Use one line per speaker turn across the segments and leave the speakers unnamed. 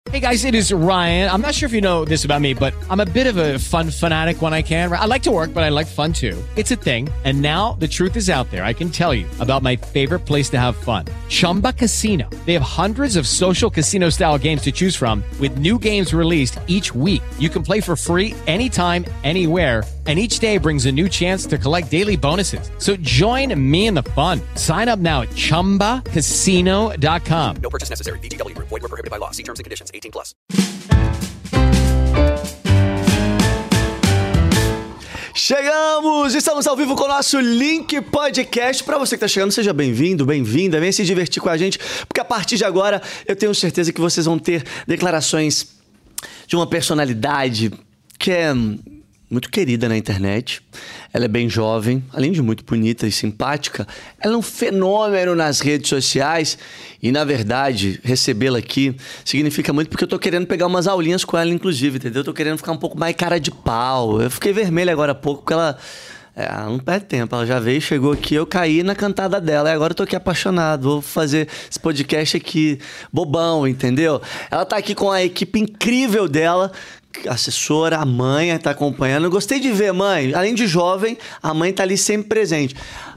Hey guys, it is Ryan. I'm not sure if you know this about me, but I'm a bit of a fun fanatic when I can. I like to work, but I like fun too. It's a thing. And now the truth is out there. I can tell you about my favorite place to have fun. Chumba Casino. They have hundreds of social casino style games to choose from with new games released each week. You can play for free anytime, anywhere. And each day brings a new chance to collect daily bonuses. So join me in the fun. Sign up now at ChumbaCasino.com.
No purchase necessary. VGW. Void where prohibited by law. See terms and conditions. 18+.
Chegamos! Estamos ao vivo com o nosso Link Podcast. Para você que está chegando, seja bem-vindo, bem-vinda. Venha se divertir com a gente, porque a partir de agora eu tenho certeza que vocês vão ter declarações de uma personalidade que é muito querida na internet. Ela é bem jovem, além de muito bonita e simpática. Ela é um fenômeno nas redes sociais e, na verdade, recebê-la aqui significa muito porque eu tô querendo pegar umas aulinhas com ela, inclusive, entendeu? Eu tô querendo ficar um pouco mais cara de pau. Eu fiquei vermelha agora há pouco porque ela não perde tempo. Ela já veio, chegou aqui, eu caí na cantada dela e agora eu tô aqui apaixonado. Vou fazer esse podcast aqui bobão, entendeu? Ela tá aqui com a equipe incrível dela, a assessora, a mãe tá acompanhando. Eu gostei de ver, mãe. Além de jovem, a mãe tá ali sempre presente.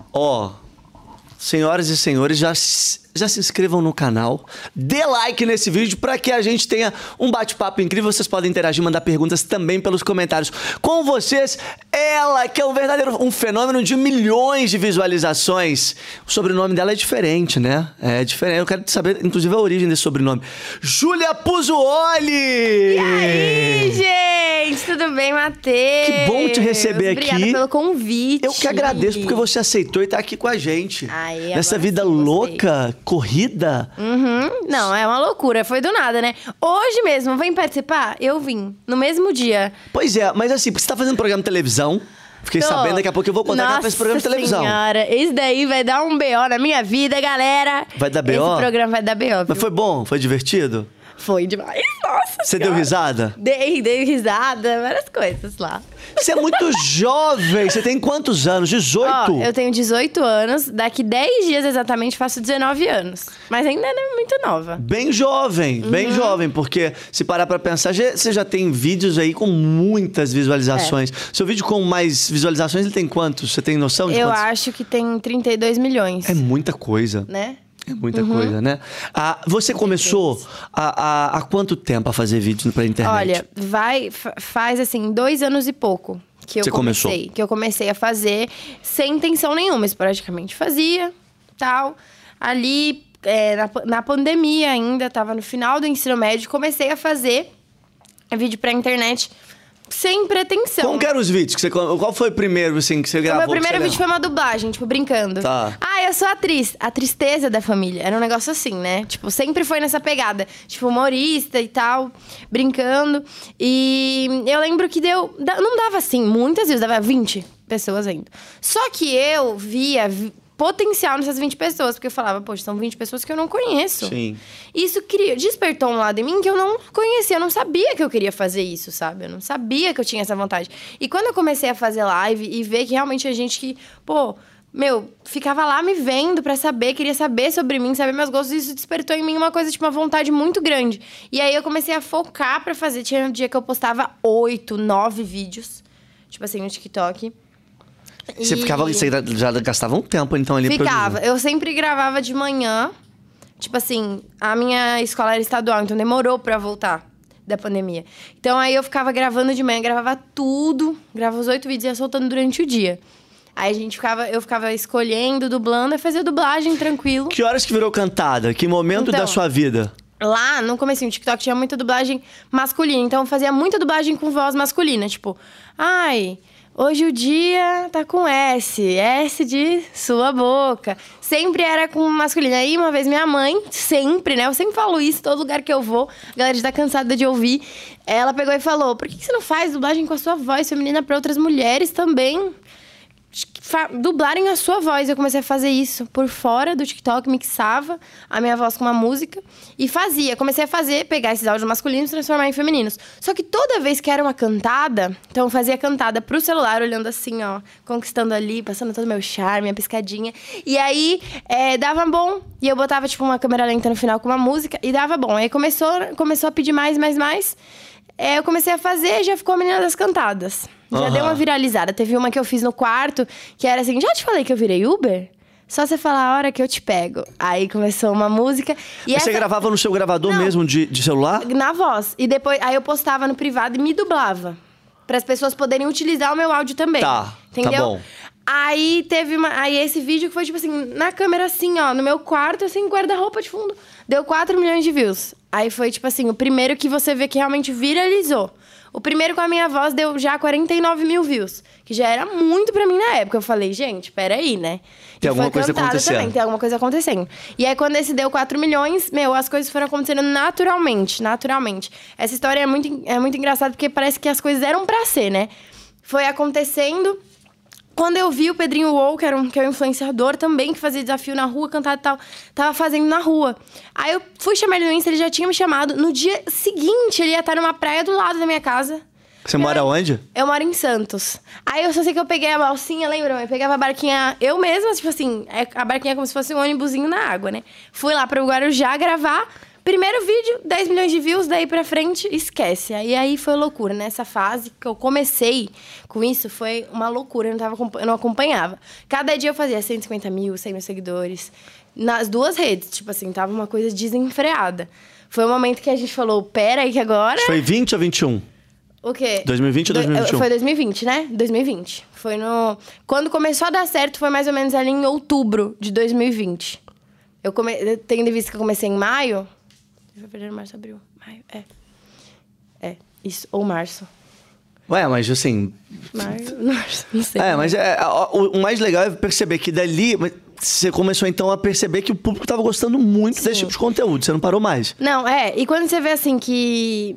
Senhoras e senhores, já se inscrevam no canal, dê like nesse vídeo para que a gente tenha um bate-papo incrível. Vocês podem interagir, mandar perguntas também pelos comentários. Com vocês, ela que é um fenômeno de milhões de visualizações. O sobrenome dela é diferente, né? É diferente. Eu quero saber, inclusive, a origem desse sobrenome. Júlia Puzzuoli!
E aí, gente? Tudo bem, Matheus?
Que bom te receber aqui.
Obrigada pelo convite.
Eu que agradeço porque você aceitou e tá aqui com a gente. Nessa vida louca, corrida.
Não, é uma loucura. Foi do nada, né? Hoje mesmo, vem participar? Eu vim. No mesmo dia.
Pois é, mas assim, porque você tá fazendo programa de televisão. Fiquei sabendo, daqui a pouco eu vou contar que ela faz programa de televisão.
Senhora, esse daí vai dar um BO na minha vida, galera.
Vai dar BO?
Esse programa vai dar BO. Viu?
Mas foi bom? Foi divertido?
Foi demais. Nossa
Você deu risada?
Dei risada, várias coisas lá.
Você é muito jovem. Você tem quantos anos? 18?
Eu tenho 18 anos. Daqui 10 dias exatamente faço 19 anos. Mas ainda não é muito nova.
Bem jovem, bem jovem. Porque se parar pra pensar, você já tem vídeos aí com muitas visualizações. Seu vídeo com mais visualizações, ele tem quantos? Você tem noção de quantos?
Eu acho que tem 32 milhões.
É muita coisa.
Né?
É muita coisa, né? Você começou há quanto tempo a fazer vídeos pra internet?
Olha, faz assim 2 anos e pouco que eu comecei a fazer sem intenção nenhuma. Isso praticamente fazia, tal. Ali, na pandemia ainda, tava no final do ensino médio, comecei a fazer vídeo pra internet sem pretensão.
Como que eram os vídeos? Qual foi o primeiro, assim, que você gravou?
O meu primeiro vídeo foi uma dublagem, tipo, brincando.
Tá.
Eu sou atriz. A tristeza da família. Era um negócio assim, né? Tipo, sempre foi nessa pegada. Tipo, humorista e tal, brincando. E eu lembro que não dava assim, muitas vezes, dava 20 pessoas ainda. Só que eu via potencial nessas 20 pessoas, porque eu falava, poxa, são 20 pessoas que eu não conheço.
Sim.
Isso despertou um lado em mim que eu não conhecia, eu não sabia que eu queria fazer isso, sabe? Eu não sabia que eu tinha essa vontade. E quando eu comecei a fazer live e ver que realmente tinha gente que, ficava lá me vendo pra saber, queria saber sobre mim, saber meus gostos, isso despertou em mim uma coisa, tipo, uma vontade muito grande. E aí eu comecei a focar pra fazer. Tinha um dia que eu postava 8, 9 vídeos, tipo assim, no TikTok.
Você já gastava um tempo, então, ali
Ficava. Eu sempre gravava de manhã. Tipo assim, a minha escola era estadual, então demorou pra voltar da pandemia. Então, aí eu ficava gravando de manhã, gravava tudo. Gravava os 8 vídeos e ia soltando durante o dia. Aí eu ficava escolhendo, dublando, e fazia dublagem tranquilo.
Que horas que virou cantada? Que momento da sua vida?
Lá, no comecinho, o TikTok tinha muita dublagem masculina. Então, eu fazia muita dublagem com voz masculina. Tipo, hoje o dia tá com S de sua boca. Sempre era com masculino. Aí, uma vez, minha mãe, sempre, né? Eu sempre falo isso, todo lugar que eu vou, a galera já tá cansada de ouvir. Ela pegou e falou, por que você não faz dublagem com a sua voz feminina pra outras mulheres também? dublarem a sua voz. Eu comecei a fazer isso por fora do TikTok, mixava a minha voz com uma música e fazia. Comecei a pegar esses áudios masculinos e transformar em femininos. Só que toda vez que era uma cantada, então eu fazia cantada pro celular, olhando assim, ó, conquistando ali, passando todo o meu charme, a piscadinha. E aí, dava bom. E eu botava, tipo, uma câmera lenta no final com uma música e dava bom. Aí começou a pedir mais. Eu comecei a fazer e já ficou a menina das cantadas. Já deu uma viralizada. Teve uma que eu fiz no quarto, que era assim, já te falei que eu virei Uber? Só você falar a hora que eu te pego. Aí começou uma música. E
Você gravava no seu gravador mesmo de celular?
Na voz. E depois, aí eu postava no privado e me dublava. Para as pessoas poderem utilizar o meu áudio também.
Tá,
entendeu?
tá bom.
Aí teve aí esse vídeo que foi tipo assim, na câmera assim, ó, no meu quarto, assim, guarda-roupa de fundo. Deu 4 milhões de views. Aí foi tipo assim, o primeiro que você vê que realmente viralizou. O primeiro com a minha voz deu já 49 mil views. Que já era muito pra mim na época. Eu falei, gente, peraí, né?
Tem alguma coisa acontecendo.
Também, tem alguma coisa acontecendo. E aí, quando esse deu 4 milhões, as coisas foram acontecendo naturalmente. Essa história é muito engraçada, porque parece que as coisas eram pra ser, né? Foi acontecendo. Quando eu vi o Pedrinho Uol, que é um influenciador também, que fazia desafio na rua, cantado e tal, tava fazendo na rua. Aí eu fui chamar ele no Insta, ele já tinha me chamado. No dia seguinte, ele ia estar numa praia do lado da minha casa.
Você mora onde?
Eu moro em Santos. Aí eu só sei que eu peguei a balsinha, lembra? Eu pegava a barquinha, eu mesma, tipo assim, a barquinha como se fosse um ônibusinho na água, né? Fui lá pro Guarujá gravar. Primeiro vídeo, 10 milhões de views, daí pra frente, esquece. Aí foi loucura. Nessa fase que eu comecei com isso, foi uma loucura. Eu não acompanhava. Cada dia eu fazia 150 mil, 100 mil seguidores. Nas duas redes, tipo assim, tava uma coisa desenfreada. Foi um momento que a gente falou, pera aí que agora...
Foi 20 ou 21?
O quê?
2020 ou 2021?
Foi 2020, né? 2020. Foi no... Quando começou a dar certo, foi mais ou menos ali em outubro de 2020. Tendo em vista que eu comecei em maio... Fevereiro, março, abril, maio, isso, ou março.
Ué, mas assim...
Março, não sei.
Mas o mais legal é perceber que dali... Você começou, então, a perceber que o público tava gostando muito desse tipo de conteúdo. Você não parou mais.
Não, e quando você vê, assim, que...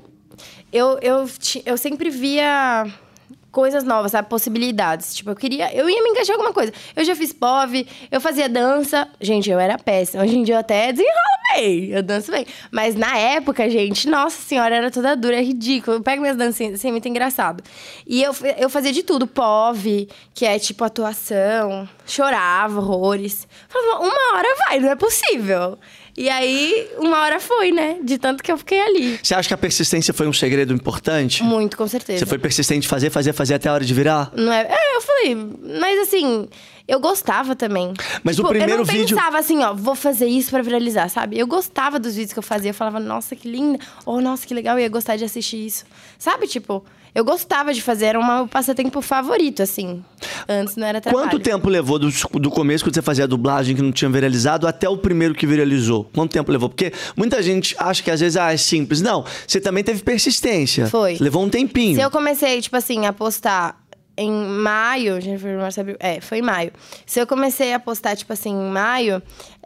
Eu sempre via... coisas novas, sabe? Possibilidades. Tipo, eu ia me encaixar em alguma coisa. Eu já fiz POV, eu fazia dança. Gente, eu era péssima. Hoje em dia eu até desenrolo bem. Eu danço bem. Mas na época, gente, nossa senhora, era toda dura, é ridículo. Eu pego minhas dancinhas, assim, é muito engraçado. E eu fazia de tudo. POV, que é tipo atuação. Chorava horrores. Falava, uma hora vai, não é possível. E aí, uma hora foi, né? De tanto que eu fiquei ali.
Você acha que a persistência foi um segredo importante?
Muito, com certeza.
Você foi persistente em fazer até a hora de virar?
Não é? Eu falei, mas assim, eu gostava também.
Mas tipo, o primeiro vídeo...
Eu não pensava assim, ó, vou fazer isso pra viralizar, sabe? Eu gostava dos vídeos que eu fazia. Eu falava, nossa, que linda. Oh, nossa, que legal, eu ia gostar de assistir isso. Sabe, tipo... Eu gostava de fazer, era um passatempo favorito, assim. Antes não era trabalho.
Quanto tempo levou do começo, quando você fazia a dublagem que não tinha viralizado, até o primeiro que viralizou? Quanto tempo levou? Porque muita gente acha que às vezes é simples. Não, você também teve persistência.
Foi.
Levou um tempinho.
Se eu comecei, tipo assim, a postar em maio... foi em maio. Se eu comecei a postar, tipo assim, em maio,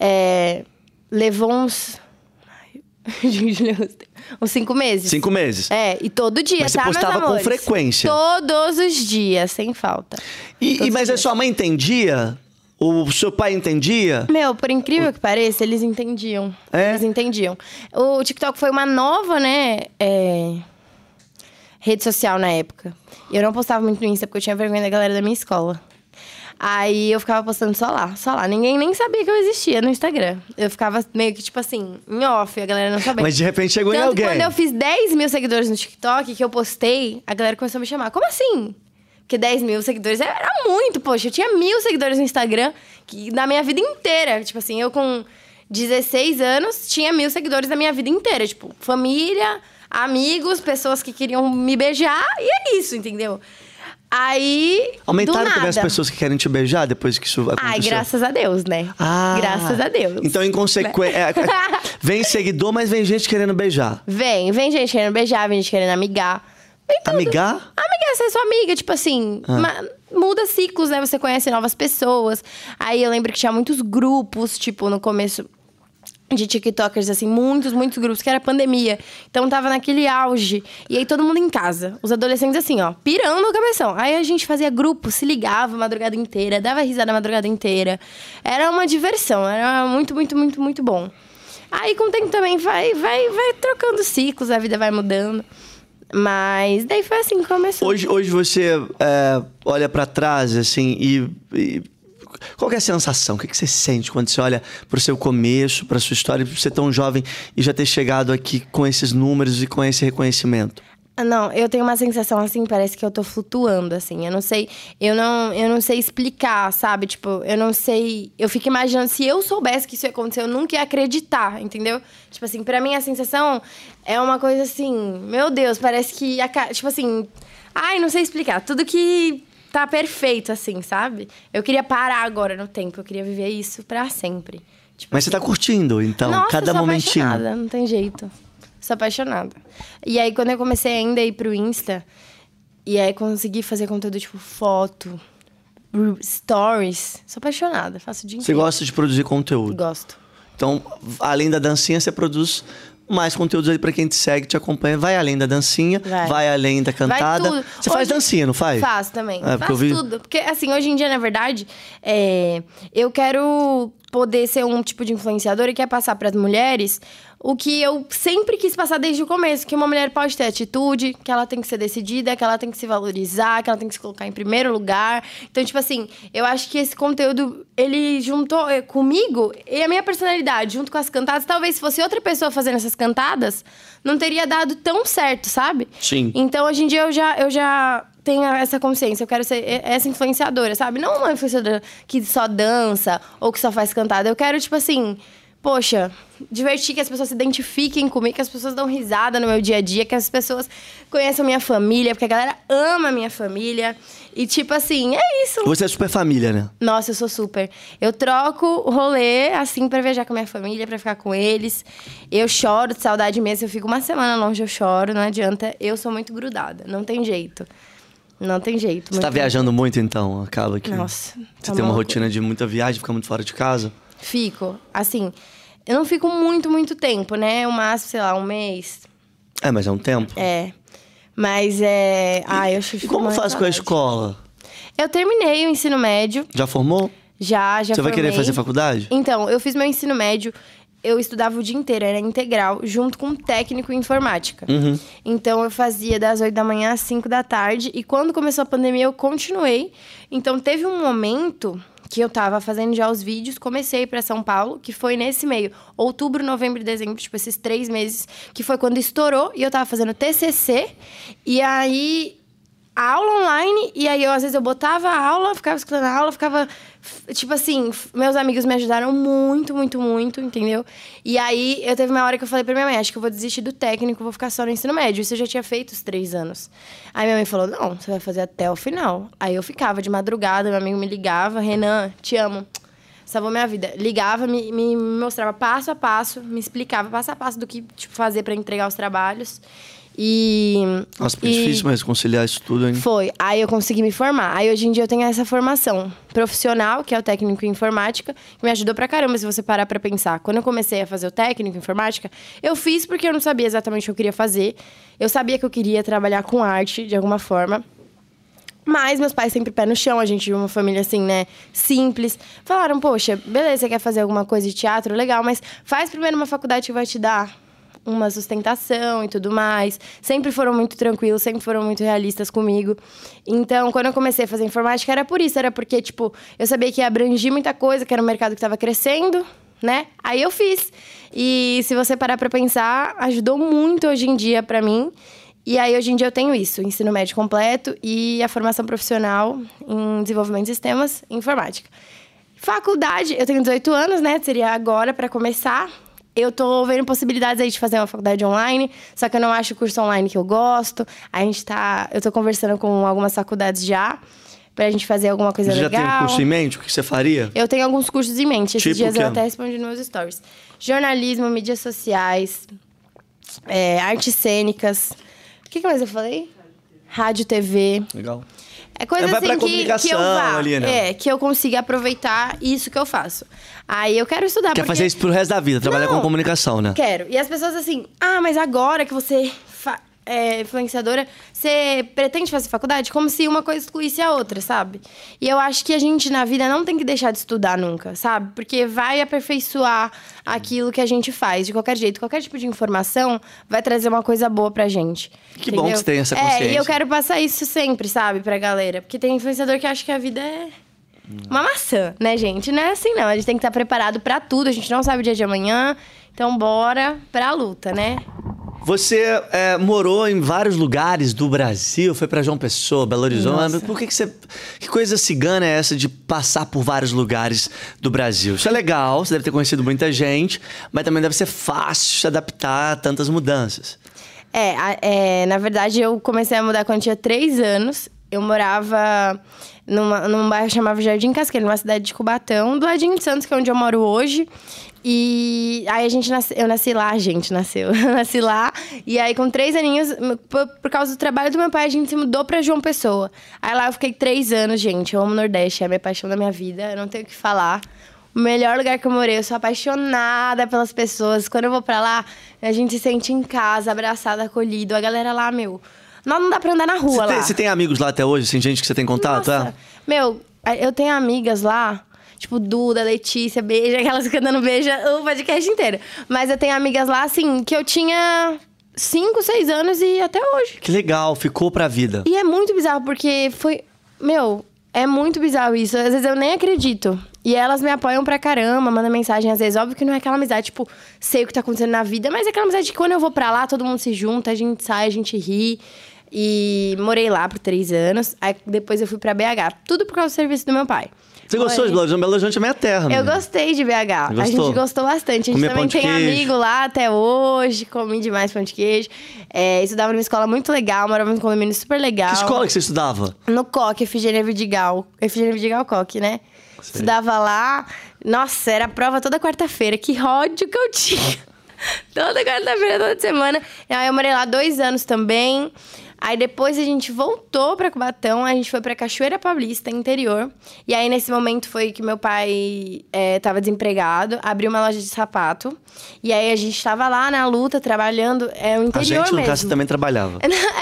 levou uns... uns 5 meses.
5 meses.
E todo dia,
mas você postava com frequência?
Todos os dias, sem falta.
Mas a sua mãe entendia? O seu pai entendia?
Por incrível que pareça, eles entendiam. Eles entendiam. O TikTok foi uma nova, né, rede social na época. Eu não postava muito no Insta, porque eu tinha vergonha da galera da minha escola. Aí eu ficava postando só lá. Ninguém nem sabia que eu existia no Instagram. Eu ficava meio que, tipo assim, em off, a galera não sabia.
Mas de repente chegou em alguém.
Quando eu fiz 10 mil seguidores no TikTok, que eu postei, a galera começou a me chamar. Como assim? Porque 10 mil seguidores era muito, poxa. Eu tinha 1.000 seguidores no Instagram na minha vida inteira. Tipo assim, eu com 16 anos tinha 1.000 seguidores na minha vida inteira. Tipo, família, amigos, pessoas que queriam me beijar. E é isso, entendeu? Aí,
aumentaram também as pessoas que querem te beijar depois que isso aconteceu?
Ai, graças a Deus, né? Graças a Deus.
Então, em consequência... vem seguidor, mas vem gente querendo beijar.
Vem gente querendo beijar, vem gente querendo amigar.
Amigar?
Amigar, você é sua amiga, tipo assim... Muda ciclos, né? Você conhece novas pessoas. Aí eu lembro que tinha muitos grupos, tipo, no começo... de tiktokers, assim, muitos grupos, que era pandemia. Então, tava naquele auge. E aí, todo mundo em casa. Os adolescentes, assim, ó, pirando o cabeção. Aí, a gente fazia grupo, se ligava a madrugada inteira, dava risada a madrugada inteira. Era uma diversão, era muito bom. Aí, com o tempo também, vai trocando ciclos, a vida vai mudando. Mas daí foi assim que começou.
Hoje você olha pra trás, assim, e qual que é a sensação? O que você sente quando você olha pro seu começo, pra sua história, por ser tão jovem e já ter chegado aqui com esses números e com esse reconhecimento?
Não, eu tenho uma sensação assim, parece que eu tô flutuando, assim. Eu não sei explicar, sabe? Tipo, eu não sei. Eu fico imaginando, se eu soubesse que isso ia acontecer, eu nunca ia acreditar, entendeu? Tipo assim, pra mim a sensação é uma coisa assim, meu Deus, parece que. Tipo assim. Ai, não sei explicar. Tudo que tá perfeito, assim, sabe? Eu queria parar agora no tempo, eu queria viver isso pra sempre. Tipo,
mas você tá curtindo, então,
nossa,
cada momentinho.
Apaixonada, não tem jeito. Sou apaixonada. E aí, quando eu comecei ainda a ir pro Insta, e aí consegui fazer conteúdo tipo foto, stories, sou apaixonada, faço o dia inteiro.
Você gosta de produzir conteúdo?
Gosto.
Então, além da dancinha, você produz mais conteúdos aí pra quem te segue, te acompanha. Vai além da dancinha, vai além da cantada.
Vai tudo.
Você faz dancinha, não faz?
Faço também.
Faço
tudo. Porque, assim, hoje em dia, na verdade, eu quero poder ser um tipo de influenciadora e quer passar pras mulheres o que eu sempre quis passar desde o começo. Que uma mulher pode ter atitude, que ela tem que ser decidida, que ela tem que se valorizar, que ela tem que se colocar em primeiro lugar. Então, tipo assim, eu acho que esse conteúdo, ele juntou comigo e a minha personalidade, junto com as cantadas. Talvez se fosse outra pessoa fazendo essas cantadas, não teria dado tão certo, sabe?
Sim.
Então, hoje em dia, eu já tenho essa consciência. Eu quero ser essa influenciadora, sabe? Não uma influenciadora que só dança ou que só faz cantada. Eu quero, tipo assim, poxa, divertir, que as pessoas se identifiquem comigo, que as pessoas dão risada no meu dia a dia, que as pessoas conheçam a minha família, porque a galera ama a minha família. E, tipo assim, é isso.
Você é super família, né?
Nossa, eu sou super. Eu troco o rolê, assim, pra viajar com a minha família, pra ficar com eles. Eu choro de saudade mesmo. Se eu fico uma semana longe, eu choro. Não adianta. Eu sou muito grudada. Não tem jeito. Não tem jeito.
Você tá viajando muito, então? Acaba que
Nossa.
você tem uma rotina de muita viagem, fica muito fora de casa?
Fico. Assim, eu não fico muito tempo, né? O máximo, sei lá, um mês.
Mas é um tempo.
Mas eu acho que
E como faz com a escola?
Eu terminei o ensino médio.
Já formou?
Já
Você
formei.
vai querer fazer faculdade?
Então, eu fiz meu ensino médio. Eu estudava o dia inteiro, era integral, junto com um técnico em informática.
Uhum.
Então, eu fazia das 8 da manhã às 5 da tarde. E quando começou a pandemia, eu continuei. Então, teve um momento que eu tava fazendo já os vídeos, comecei pra São Paulo, que foi nesse meio, outubro, novembro e dezembro, tipo, esses 3 meses, que foi quando estourou, e eu tava fazendo TCC, e aí a aula online, e aí às vezes eu botava a aula, ficava escutando a aula, ficava, tipo assim, meus amigos me ajudaram muito, entendeu? E aí, eu teve uma hora que eu falei pra minha mãe, acho que eu vou desistir do técnico, vou ficar só no ensino médio. Isso eu já tinha feito os 3 anos. Aí minha mãe falou, não, você vai fazer até o final. Aí eu ficava de madrugada, meu amigo me ligava, Renan, te amo, salvou minha vida. Ligava, me mostrava passo a passo, me explicava passo a passo do que tipo, fazer pra entregar os trabalhos.
Nossa, foi difícil mas conciliar isso tudo, hein?
Foi. Aí eu consegui me formar. Aí hoje em dia eu tenho essa formação profissional, que é o técnico em informática, que me ajudou pra caramba, se você parar pra pensar. Quando eu comecei a fazer o técnico em informática, eu fiz porque eu não sabia exatamente o que eu queria fazer. Eu sabia que eu queria trabalhar com arte, de alguma forma. Mas meus pais sempre pé no chão, a gente viu uma família assim, né, simples. Falaram, poxa, beleza, você quer fazer alguma coisa de teatro? Legal, mas faz primeiro uma faculdade que vai te dar uma sustentação e tudo mais. Sempre foram muito tranquilos, sempre foram muito realistas comigo. Então, quando eu comecei a fazer informática, era por isso. Era porque, tipo, eu sabia que ia abranger muita coisa, que era um mercado que estava crescendo, né? Aí eu fiz. E se você parar pra pensar, ajudou muito hoje em dia pra mim. E aí, hoje em dia, eu tenho isso. Ensino médio completo e a formação profissional em desenvolvimento de sistemas e informática. Faculdade, eu tenho 18 anos, né? Seria agora pra começar. Eu tô vendo possibilidades aí de fazer uma faculdade online, só que eu não acho o curso online que eu gosto. Eu tô conversando com algumas faculdades já, pra gente fazer alguma coisa legal.
Você já tem um curso em mente? O que você faria?
Eu tenho alguns cursos em mente. Esses dias eu até
que?
respondi nos meus stories. Jornalismo, mídias sociais, artes cênicas. O que mais eu falei? Rádio, TV.
Legal.
É coisa
Vai pra
assim que eu
comunicação
vá.
ali, né?
Que eu consiga aproveitar isso que eu faço. Aí eu quero estudar.
Quer fazer isso pro resto da vida, trabalhar
Não.
com comunicação, né?
Quero. E as pessoas assim, mas agora que você é influenciadora, você pretende fazer faculdade? Como se uma coisa excluísse a outra, sabe? E eu acho que a gente, na vida, não tem que deixar de estudar nunca, sabe? Porque vai aperfeiçoar aquilo que a gente faz, de qualquer jeito. Qualquer tipo de informação vai trazer uma coisa boa pra gente.
Que bom que você tem essa consciência.
E eu quero passar isso sempre, sabe? Pra galera. Porque tem influenciador que acha que a vida é uma maçã, né, gente? Não é assim, não. A gente tem que estar preparado pra tudo. A gente não sabe o dia de amanhã. Então, bora pra luta, né?
Você morou em vários lugares do Brasil, foi pra João Pessoa, Belo Horizonte.
Nossa.
Por que você... Que coisa cigana é essa de passar por vários lugares do Brasil? Isso é legal, você deve ter conhecido muita gente, mas também deve ser fácil se adaptar a tantas mudanças.
Na verdade, eu comecei a mudar quando eu tinha 3 anos. Eu morava num bairro que chamava Jardim Casqueiro, numa cidade de Cubatão, do ladinho de Santos, que é onde eu moro hoje. E aí eu nasci lá, a gente nasceu. Eu nasci lá. E aí, com 3 aninhos, por causa do trabalho do meu pai, a gente se mudou pra João Pessoa. Aí lá eu fiquei 3 anos, gente. Eu amo o Nordeste, é a minha paixão da minha vida. Eu não tenho o que falar. O melhor lugar que eu morei, eu sou apaixonada pelas pessoas. Quando eu vou pra lá, a gente se sente em casa, abraçado, acolhido. A galera lá, não dá pra andar na rua lá.
Você tem amigos lá até hoje? Tem gente que você tem contato?
Nossa, eu tenho amigas lá, tipo Duda, Letícia, Beija, aquelas que andando beija o podcast inteiro. Mas eu tenho amigas lá, assim, que eu tinha 5, 6 anos e até hoje.
Que legal, ficou pra vida.
E é muito bizarro, porque foi... é muito bizarro isso. Às vezes eu nem acredito. E elas me apoiam pra caramba, mandam mensagem às vezes. Óbvio que não é aquela amizade, tipo, sei o que tá acontecendo na vida, mas é aquela amizade que quando eu vou pra lá, todo mundo se junta, a gente sai, a gente ri. E morei lá por 3 anos. Aí depois eu fui pra BH. Tudo por causa do serviço do meu pai.
Você gostou de Belo Horizonte? Belo Horizonte é minha terra,
Eu
menina.
gostei de BH.
Gostou?
A gente gostou bastante. A gente
Comia
também
pão de
tem
queijo.
amigo lá até hoje. Comi demais pão de queijo. Estudava numa escola muito legal. Morava num condomínio super legal.
Que escola que você estudava?
No COC, Efigênia Vidigal. Efigênia Vidigal COC, né?
Sei.
Estudava lá. Nossa, era prova toda quarta-feira. Que ódio que eu tinha. Toda quarta-feira, toda semana. E aí eu morei lá 2 anos também. Aí depois a gente voltou pra Cubatão, a gente foi pra Cachoeira Paulista, interior. E aí nesse momento foi que meu pai tava desempregado, abriu uma loja de sapato. E aí a gente tava lá na luta, trabalhando, o interior
A gente, no
mesmo.
caso, também trabalhava.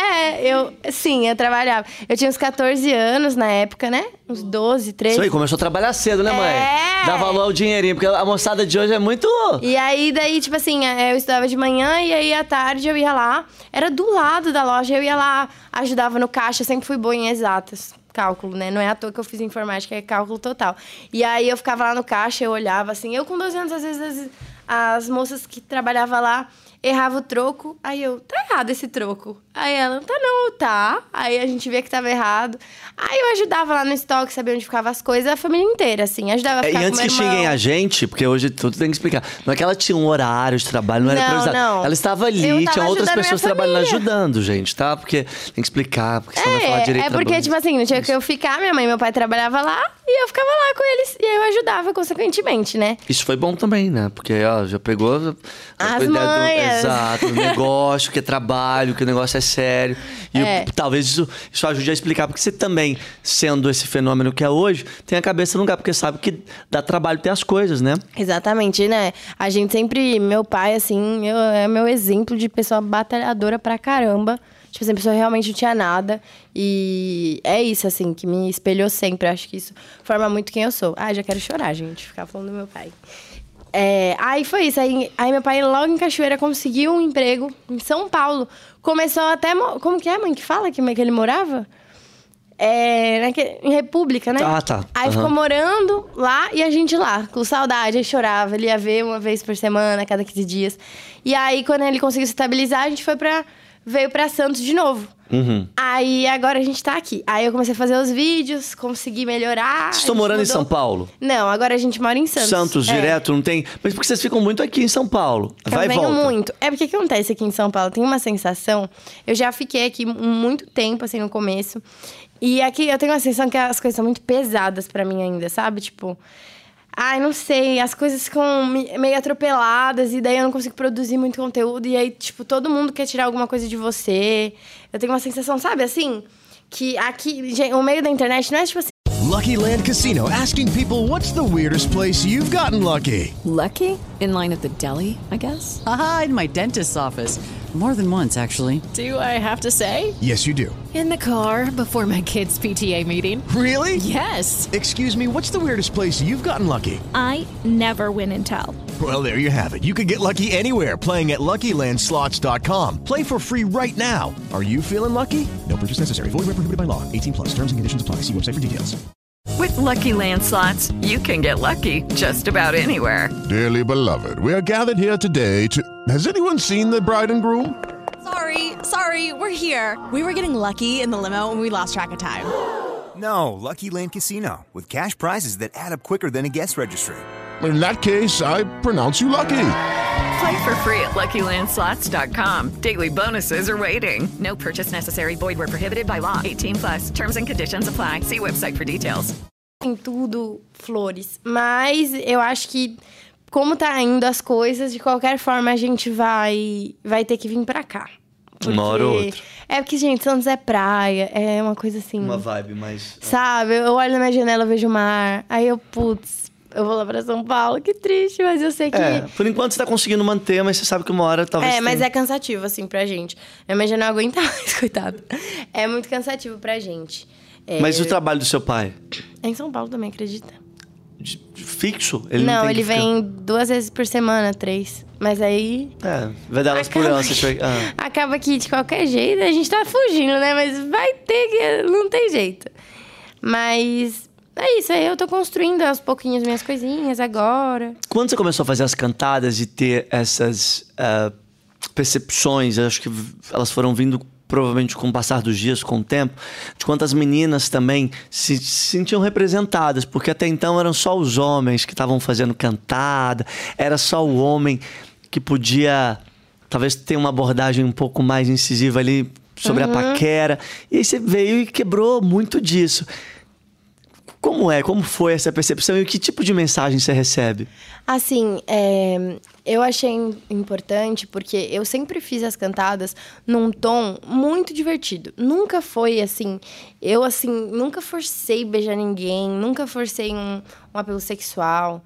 Eu trabalhava. Eu tinha uns 14 anos na época, né? Uns 12, 13.
Isso aí, começou a trabalhar cedo, né, mãe? Dá valor ao dinheirinho, porque a moçada de hoje é muito...
E aí, daí, tipo assim, eu estudava de manhã e aí à tarde eu ia lá. Era do lado da loja, eu ia lá, ajudava no caixa, sempre fui boa em exatas. Cálculo, né? Não é à toa que eu fiz informática, é cálculo total. E aí eu ficava lá no caixa, eu olhava assim. Eu com 12 anos, às vezes, as moças que trabalhavam lá erravam o troco. Aí eu, tá errado esse troco. Aí ela, tá não, tá. Aí a gente via que tava errado. Aí eu ajudava lá no estoque, sabia onde ficavam as coisas, a família inteira, assim. Ajudava a ficar
E antes
com
que
meu irmão.
xinguem a gente, porque hoje tudo tem que explicar. Não é que ela tinha um horário de trabalho, não era
Não,
priorizado.
não.
Ela estava
Eu
ali,
tava
tinha outras
ajudando a
pessoas
minha
trabalhando,
família.
ajudando, gente, tá? Porque tem que explicar, porque senão vai falar direito.
É porque, tipo assim, não tinha que eu ficar, minha mãe e meu pai trabalhavam lá e eu ficava lá com eles. E aí eu ajudava, consequentemente, né?
Isso foi bom também, né? Porque, ó, já pegou...
As
ideia
manhas.
Exato, o negócio, que é trabalho, que o negócio é sério. E talvez isso ajude a explicar, porque você também, sendo esse fenômeno que é hoje, tem a cabeça no lugar, porque sabe que dá trabalho ter as coisas, né?
Exatamente, né? A gente sempre... Meu pai, assim, é meu exemplo de pessoa batalhadora pra caramba. Tipo assim, a pessoa realmente não tinha nada. E é isso, assim, que me espelhou sempre. Acho que isso forma muito quem eu sou. Já quero chorar, gente. Ficar falando do meu pai. Aí foi isso. Aí meu pai, logo em Cachoeira, conseguiu um emprego em São Paulo. Começou até... Como que é, mãe, que fala que ele morava? Em República, né?
Ah, tá.
Aí ficou morando lá e a gente lá, com saudade. Aí chorava. Ele ia ver uma vez por semana, a cada 15 dias. E aí, quando ele conseguiu se estabilizar, a gente veio pra Santos de novo.
Uhum.
Aí, agora a gente tá aqui. Aí eu comecei a fazer os vídeos, consegui melhorar.
Vocês estão morando em São Paulo?
Não, agora a gente mora em Santos.
Santos, direto, não tem... Mas porque vocês ficam muito aqui em São Paulo. Vai
Eu
e
venho
volta.
muito. Porque o que acontece aqui em São Paulo? Tem uma sensação... Eu já fiquei aqui muito tempo, assim, no começo. E aqui eu tenho uma sensação que as coisas são muito pesadas pra mim ainda, sabe? Tipo... não sei, as coisas ficam meio atropeladas e daí eu não consigo produzir muito conteúdo. E aí, tipo, todo mundo quer tirar alguma coisa de você. Eu tenho uma sensação, sabe, assim... que aqui, gente, o meio da internet não é tipo assim.
Lucky Land Casino, asking people, what's the weirdest place you've gotten lucky?
Lucky? In line at the deli, I guess?
Aha, in my dentist's office. More than once, actually.
Do I have to say?
Yes, you do.
In the car before my kids' PTA meeting.
Really?
Yes.
Excuse me, what's the weirdest place you've gotten lucky?
I never win and tell.
Well, there you have it. You can get lucky anywhere, playing at LuckyLandSlots.com. Play for free right now. Are you feeling lucky? No purchase necessary. Void where prohibited by law. 18+. Terms and conditions apply. See website for details.
With Lucky Land Slots, you can get lucky just about anywhere.
Dearly beloved, we are gathered here today to... Has anyone seen the bride and groom?
Sorry, we're here. We were getting lucky in the limo and we lost track of time.
No, Lucky Land Casino, with cash prizes that add up quicker than a guest registry.
In that case, I pronounce you lucky.
Play for free at LuckyLandSlots.com. Daily bonuses are waiting. No purchase necessary. Void where prohibited by law. 18+. Terms and conditions apply. See website for details.
Em tudo, flores. Mas eu acho que, como tá indo as coisas, de qualquer forma a gente vai ter que vir pra cá. Porque...
Uma hora ou outra.
É porque, gente, Santos é praia, é uma coisa assim...
Uma vibe mais...
Sabe? Eu olho na minha janela, eu vejo o mar, aí eu, putz, eu vou lá pra São Paulo, que triste, mas eu sei que...
por enquanto você tá conseguindo manter, mas você sabe que uma hora talvez...
mas é cansativo, assim, pra gente. Minha mãe já não aguenta mais, coitada. É muito cansativo pra gente.
Mas o trabalho do seu pai?
É em São Paulo também, acredita?
Fixo?
Não,
tem
ele
que ficar...
vem 2 vezes por semana, 3. Mas aí...
vai dar elas por elas.
Acaba que, de qualquer jeito, a gente tá fugindo, né? Mas vai ter que... Não tem jeito. Mas... É isso, aí eu tô construindo aos pouquinhos minhas coisinhas agora.
Quando você começou a fazer as cantadas e ter essas percepções, eu acho que elas foram vindo provavelmente com o passar dos dias, com o tempo, de quantas meninas também se sentiam representadas, porque até então eram só os homens que estavam fazendo cantada, era só o homem que podia talvez ter uma abordagem um pouco mais incisiva ali sobre a paquera, e aí você veio e quebrou muito disso. Como foi essa percepção e que tipo de mensagem você recebe?
Assim, eu achei importante porque eu sempre fiz as cantadas num tom muito divertido. Nunca foi assim, nunca forcei beijar ninguém, nunca forcei um apelo sexual.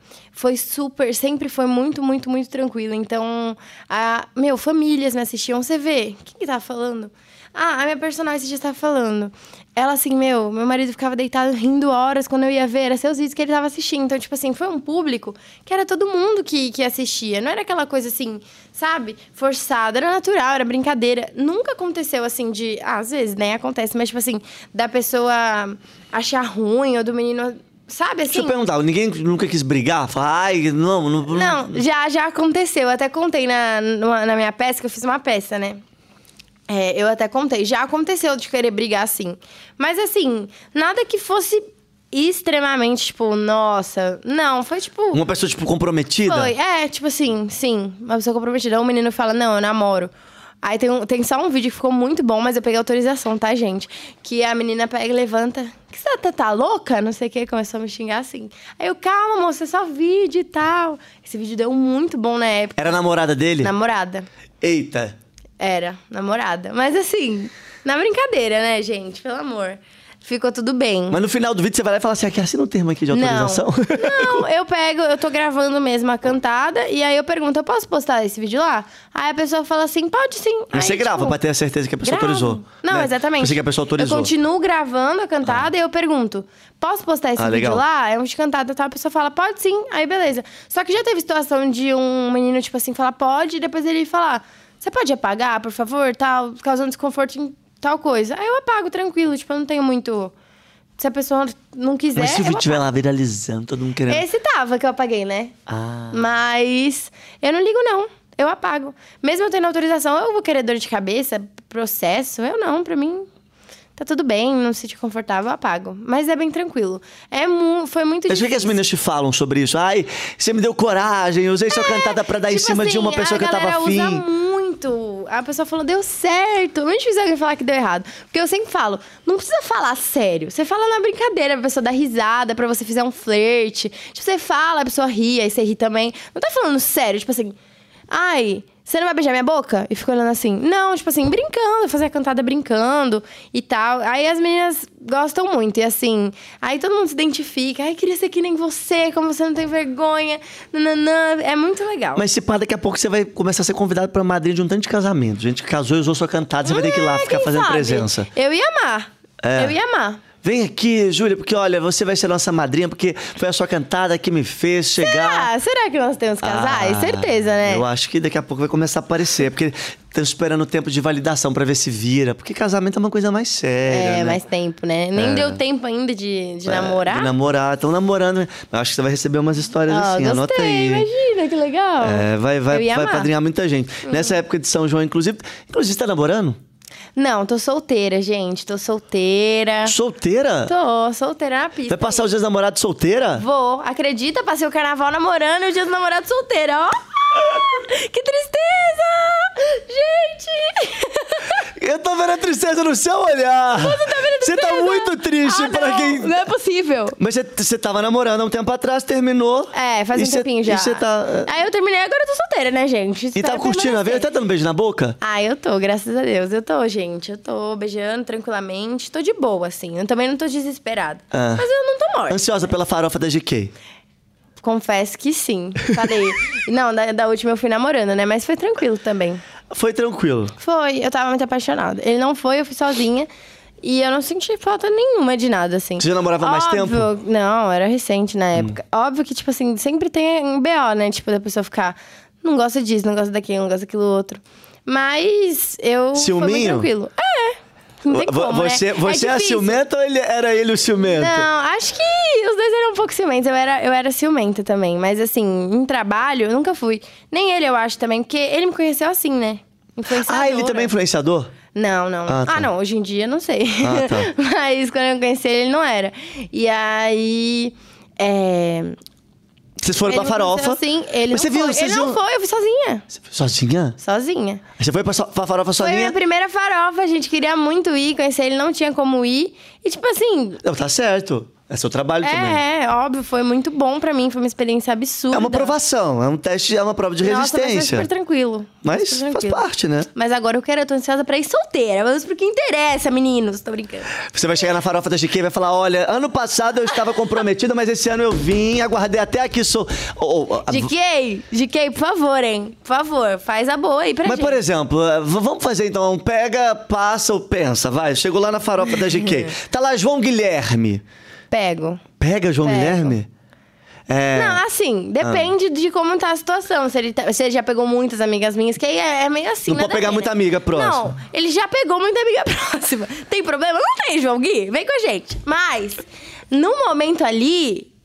Sempre foi muito, muito, muito tranquilo. Então, famílias me assistiam, você vê, quem que tá falando? A minha personagem já estava falando. Ela assim, meu marido ficava deitado rindo horas quando eu ia ver, era seus vídeos que ele estava assistindo. Então, tipo assim, foi um público que era todo mundo que assistia. Não era aquela coisa assim, sabe, forçada, era natural, era brincadeira. Nunca aconteceu assim de... às vezes, nem acontece, mas tipo assim, da pessoa achar ruim ou do menino... Sabe, assim...
Deixa eu perguntar, ninguém nunca quis brigar? Falar, não...
Não, já aconteceu. Eu até contei na minha peça, que eu fiz uma peça, né? Eu até contei. Já aconteceu de querer brigar, assim. Mas, assim, nada que fosse extremamente, tipo, nossa... Não, foi, tipo...
Uma pessoa, tipo, comprometida?
Foi, tipo assim, sim. Uma pessoa comprometida. Um menino fala, não, eu namoro. Aí tem só um vídeo que ficou muito bom, mas eu peguei autorização, tá, gente? Que a menina pega e levanta... Que você tá louca? Não sei o que, começou a me xingar assim. Aí eu, calma, moça, é só vídeo e tal. Esse vídeo deu muito bom na época.
Era a namorada dele?
Namorada.
Eita.
Era, namorada. Mas assim, na brincadeira, né, gente? Pelo amor. Ficou tudo bem.
Mas no final do vídeo você vai lá e fala assim, aqui assina um termo aqui de autorização.
Não, eu tô gravando mesmo a cantada e aí eu pergunto, eu posso postar esse vídeo lá? Aí a pessoa fala assim, pode sim.
Mas você grava pra ter a certeza que a pessoa autorizou.
Não,
né?
exatamente.
Pensei que a pessoa autorizou.
Eu continuo gravando a cantada e eu pergunto, posso postar esse vídeo
legal.
lá? É um de cantada e tal. A pessoa fala, pode sim. Aí beleza. Só que já teve situação de um menino, tipo assim, falar pode e depois ele falar... Você pode apagar, por favor, tal, causando desconforto em tal coisa. Aí eu apago, tranquilo, tipo, eu não tenho muito... Se a pessoa não quiser,
mas se o vídeo estiver lá viralizando, todo mundo querendo...
Esse tava que eu apaguei, né? Mas eu não ligo, não. Eu apago. Mesmo eu tendo autorização, eu vou querer dor de cabeça, processo. Eu não, pra mim... Tá tudo bem, não se sentir confortável, eu apago. Mas é bem tranquilo. Foi muito difícil.
Mas o que as meninas te falam sobre isso? Ai, você me deu coragem, eu usei sua cantada pra dar em cima de uma pessoa que eu tava afim.
A galera usa muito. A pessoa falou, deu certo. Não é difícil alguém falar que deu errado. Porque eu sempre falo, não precisa falar sério. Você fala na brincadeira, pra pessoa dar risada, pra você fizer um flerte. Tipo, você fala, a pessoa ri, aí você ri também. Não tá falando sério, tipo assim... ai, você não vai beijar minha boca? E ficou olhando assim. Não, tipo assim, brincando, fazer a cantada brincando e tal. Aí as meninas gostam muito. E assim, aí todo mundo se identifica. Ai, queria ser que nem você, como você não tem vergonha. Nananã. É muito legal.
Mas se pá, daqui a pouco você vai começar a ser convidado pra madrinha de um tanto de casamento. Gente que casou e usou sua cantada, você vai ter que ir lá ficar fazendo
sabe?
Presença.
Eu ia amar.
É.
Eu ia amar.
Vem aqui, Júlia, porque olha, você vai ser nossa madrinha, porque foi a sua cantada que me fez chegar.
Será que nós temos casais? Certeza, né?
Eu acho que daqui a pouco vai começar a aparecer, porque estão esperando o tempo de validação pra ver se vira. Porque casamento é uma coisa mais séria. né?
Mais tempo, né? Nem deu tempo ainda de namorar.
De namorar, estão namorando. Eu acho que você vai receber umas histórias assim,
gostei,
anota aí.
Imagina, que legal.
Vai padrinhar muita gente. Nessa época de São João, inclusive, você tá namorando?
Não, tô solteira, gente. Tô solteira.
Solteira?
Tô solteira na pista.
Vai passar os dias namorados solteira?
Vou. Acredita? Passei o carnaval namorando e o dia do namorado solteira, ó. Que tristeza! Gente!
Eu tô vendo a tristeza no seu olhar.
Você tá vendo a tristeza?
Você tá muito triste pra quem...
Não é possível.
Mas você tava namorando há um tempo atrás, terminou.
Faz um tempinho já.
E você tá...
Aí eu terminei, agora eu tô solteira, né, gente?
E tá curtindo a vida? Tá dando beijo na boca?
Eu tô, graças a Deus. Eu tô, gente. Eu tô beijando tranquilamente. Tô de boa, assim. Eu também não tô desesperada. Mas eu não tô morta.
Ansiosa pela farofa da GK?
Confesso que sim. Falei. Não, da última eu fui namorando, né? Mas foi tranquilo também.
Foi tranquilo?
Foi. Eu tava muito apaixonada. Ele não foi, eu fui sozinha. E eu não senti falta nenhuma de nada, assim.
Você já namorava há mais tempo?
Não, era recente na época. Óbvio que, tipo assim, sempre tem um BO, né? Tipo, da pessoa ficar... Não gosta disso, não gosta daquilo, não gosta daquilo outro. Mas eu...
Ciúminho?
Foi muito tranquilo. Não tem como,
Você é ciumenta ou era ele o ciumento?
Não, acho que os dois eram um pouco ciumentos. Eu era ciumenta também. Mas assim, em trabalho, eu nunca fui. Nem ele, eu acho, também. Porque ele me conheceu assim, né? Influenciador.
Ele também é influenciador?
Não.
Tá.
Não, hoje em dia não sei.
Tá.
Mas quando eu conheci ele não era. E aí...
Vocês foram pra farofa.
Assim, ele não foi, eu fui sozinha.
Você foi sozinha?
Sozinha.
Você foi pra farofa sozinha?
Foi minha primeira farofa, a gente queria muito ir, conhecer ele, não tinha como ir. E tipo assim...
Não, tá certo. É seu trabalho também.
Óbvio, foi muito bom pra mim, foi uma experiência absurda.
É uma provação, é um teste, é uma prova de resistência.
Nossa, mas foi super tranquilo.
Mas faz parte, né?
Mas agora eu tô ansiosa pra ir solteira. Vamos pro que interessa, meninos. Tô brincando.
Você vai chegar na farofa da GK e vai falar, olha, ano passado eu estava comprometida, mas esse ano eu vim, aguardei até aqui,
GK, por favor, hein? Por favor, faz a boa aí pra gente.
Mas, por exemplo, vamos fazer então um pega, passa ou pensa, vai. Chegou lá na farofa da GK. Tá lá João Guilherme.
Pega
João Guilherme?
Não, assim, depende de como tá a situação. Se ele já pegou muitas amigas minhas, que aí é meio assim,
não pode pegar muita amiga próxima.
Não, ele já pegou muita amiga próxima. Tem problema? Não tem, João Gui. Vem com a gente. Mas, no momento ali...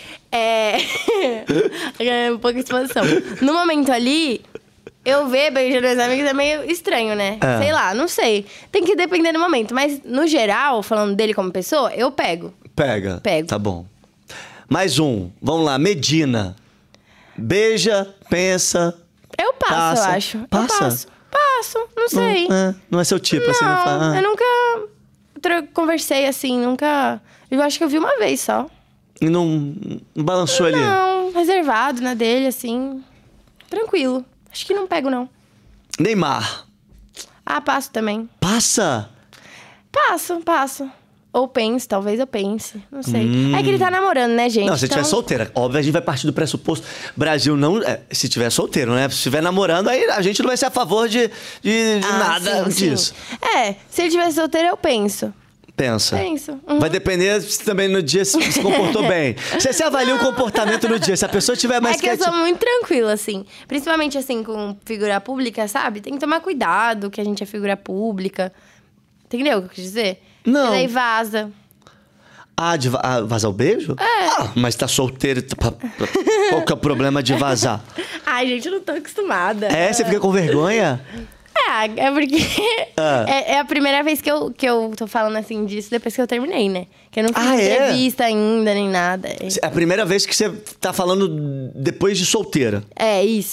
um pouco de exposição. No momento ali... Eu ver beijando as amigas é meio estranho, né? Sei lá, não sei. Tem que depender do momento. Mas, no geral, falando dele como pessoa, eu pego.
Pego. Tá bom. Mais um. Vamos lá. Medina. Beija, pensa.
Eu passo,
passa.
eu acho.
Passa?
Passo. Não sei.
Não é seu tipo, assim. Não fala,
eu nunca conversei assim, nunca... Eu acho que eu vi uma vez só.
E não balançou ali?
Não, reservado na dele, assim. Tranquilo. Acho que não pego, não.
Neymar.
Passo também.
Passa?
Passo. Ou penso, talvez eu pense. Não sei. É que ele tá namorando, né, gente?
Não, se estiver solteira. Óbvio, a gente vai partir do pressuposto. Brasil não... se estiver solteiro, né? Se estiver namorando, aí a gente não vai ser a favor de nada disso.
Se ele estiver solteiro, eu penso.
Pensa.
Penso.
Vai depender se também no dia se comportou bem. Você avalia o comportamento no dia. Se a pessoa tiver mais
quietinha... eu sou muito tranquila, assim. Principalmente, assim, com figura pública, sabe? Tem que tomar cuidado que a gente é figura pública. Entendeu o que eu quis dizer?
Não.
E daí vaza.
Vazar o beijo? Mas tá solteiro. Qual que é o problema de vazar?
Ai, gente, eu não tô acostumada.
Você fica com vergonha?
É porque é a primeira vez que eu tô falando assim disso depois que eu terminei, né? Que eu não fiz entrevista ainda, nem nada.
É a primeira vez que você tá falando depois de solteira.
É, isso.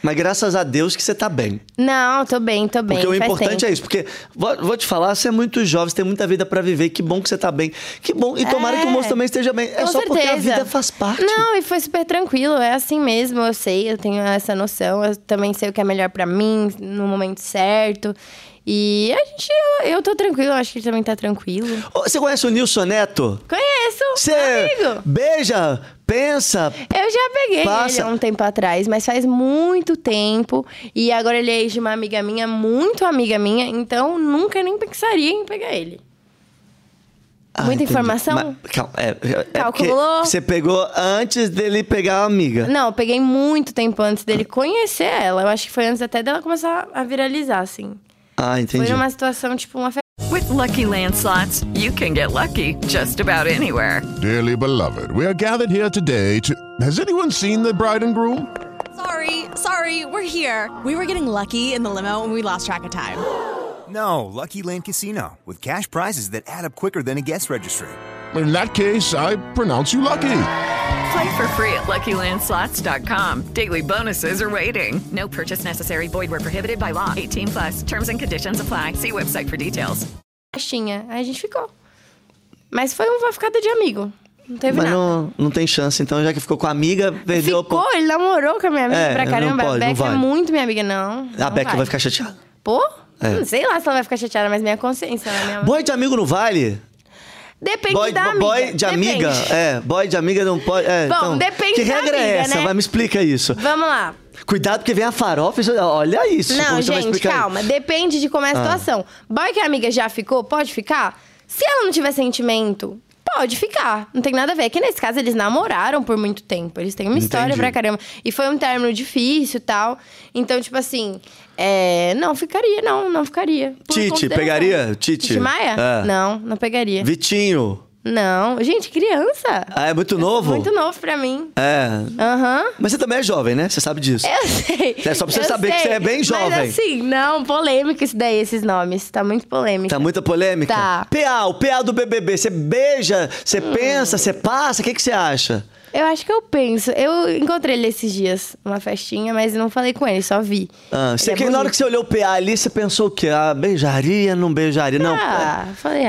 Mas graças a Deus que você tá bem.
Não, tô bem.
Porque o
faz
importante
tempo.
é isso. Porque, vou te falar, você é muito jovem, você tem muita vida pra viver. Que bom que você tá bem. Que bom. E tomara que o moço também esteja bem. É
Com
só porque a
certeza.
vida faz parte.
Não, e foi super tranquilo. É assim mesmo, eu sei. Eu tenho essa noção. Eu também sei o que é melhor pra mim, no momento certo. E eu tô tranquilo, acho que ele também tá tranquilo.
Você conhece o Nilson Neto?
Conheço,
Você
amigo.
beija, pensa.
Eu já peguei
passa.
ele há um tempo atrás, mas faz muito tempo. E agora ele é ex de uma amiga minha, muito amiga minha. Então, nunca nem pensaria em pegar ele. Muita
entendi.
informação?
Mas, calma,
Calculou?
Você pegou antes dele pegar a amiga.
Não, eu peguei muito tempo antes dele conhecer ela. Eu acho que foi antes até dela começar a viralizar, assim.
Ah, entendi.
Foi numa situação, tipo, uma
With Lucky Land Slots, you can get lucky just about anywhere.
Dearly beloved, we are gathered here today to... Has anyone seen the bride and groom?
Sorry, we're here. We were getting lucky in the limo and we lost track of time.
No, Lucky Land Casino, with cash prizes that add up quicker than a guest registry.
In that case, I pronounce you lucky.
Play for free at LuckyLandSlots.com. Daily bonuses are waiting. No purchase necessary. Void where prohibited by law. 18+. Terms and conditions apply. See website for details.
festinha. Aí a gente ficou. Mas foi uma ficada de amigo. Não teve
Mas
nada.
não tem chance, então, já que ficou com a amiga, perdeu
Ficou, ele namorou com a minha amiga pra caramba.
não pode,
a
não
Beca é
vale.
muito minha amiga, não.
A Beca vai ficar chateada.
Pô?
É.
Não sei lá se ela vai ficar chateada, mas minha consciência, né? Minha...
Boy de amigo não vale?
Depende
Boy,
da amiga.
boy de amiga?
Depende.
Boy de amiga não pode...
Bom,
então,
depende
que
da
regra é
amiga,
essa?
né?
Vai, me explica isso.
Vamos lá.
Cuidado porque vem a farofa e... Olha isso.
Não,
como você vai
gente,
explicar.
calma. Depende de como é a situação. Boy que a amiga já ficou, pode ficar? Se ela não tiver sentimento, pode ficar. Não tem nada a ver. Que nesse caso eles namoraram por muito tempo. Eles têm uma história
Entendi.
pra caramba. E foi um término difícil e tal. Então, tipo assim... Não ficaria, não ficaria. Por
Tite,
consideração.
pegaria? Tite?
Maia?
É.
Não pegaria.
Vitinho.
Não. Gente, criança.
Ah, é muito novo?
Muito novo pra mim.
É.
Aham.
Mas você também é jovem, né? Você sabe disso.
Eu sei.
É só pra você
eu
saber que
sei.
você é bem jovem.
Mas assim, não, polêmico isso daí, esses nomes. Tá muito polêmico.
Tá muita polêmica?
Tá.
O PA do BBB, você beija, você pensa, você passa, o que você acha?
Eu acho que eu penso. Eu encontrei ele esses dias, numa festinha, mas não falei com ele, só vi.
Você
Ele é
na hora
bonito.
que você olhou o PA ali, você pensou o quê? Ah, beijaria, não beijaria? Não.
Falei,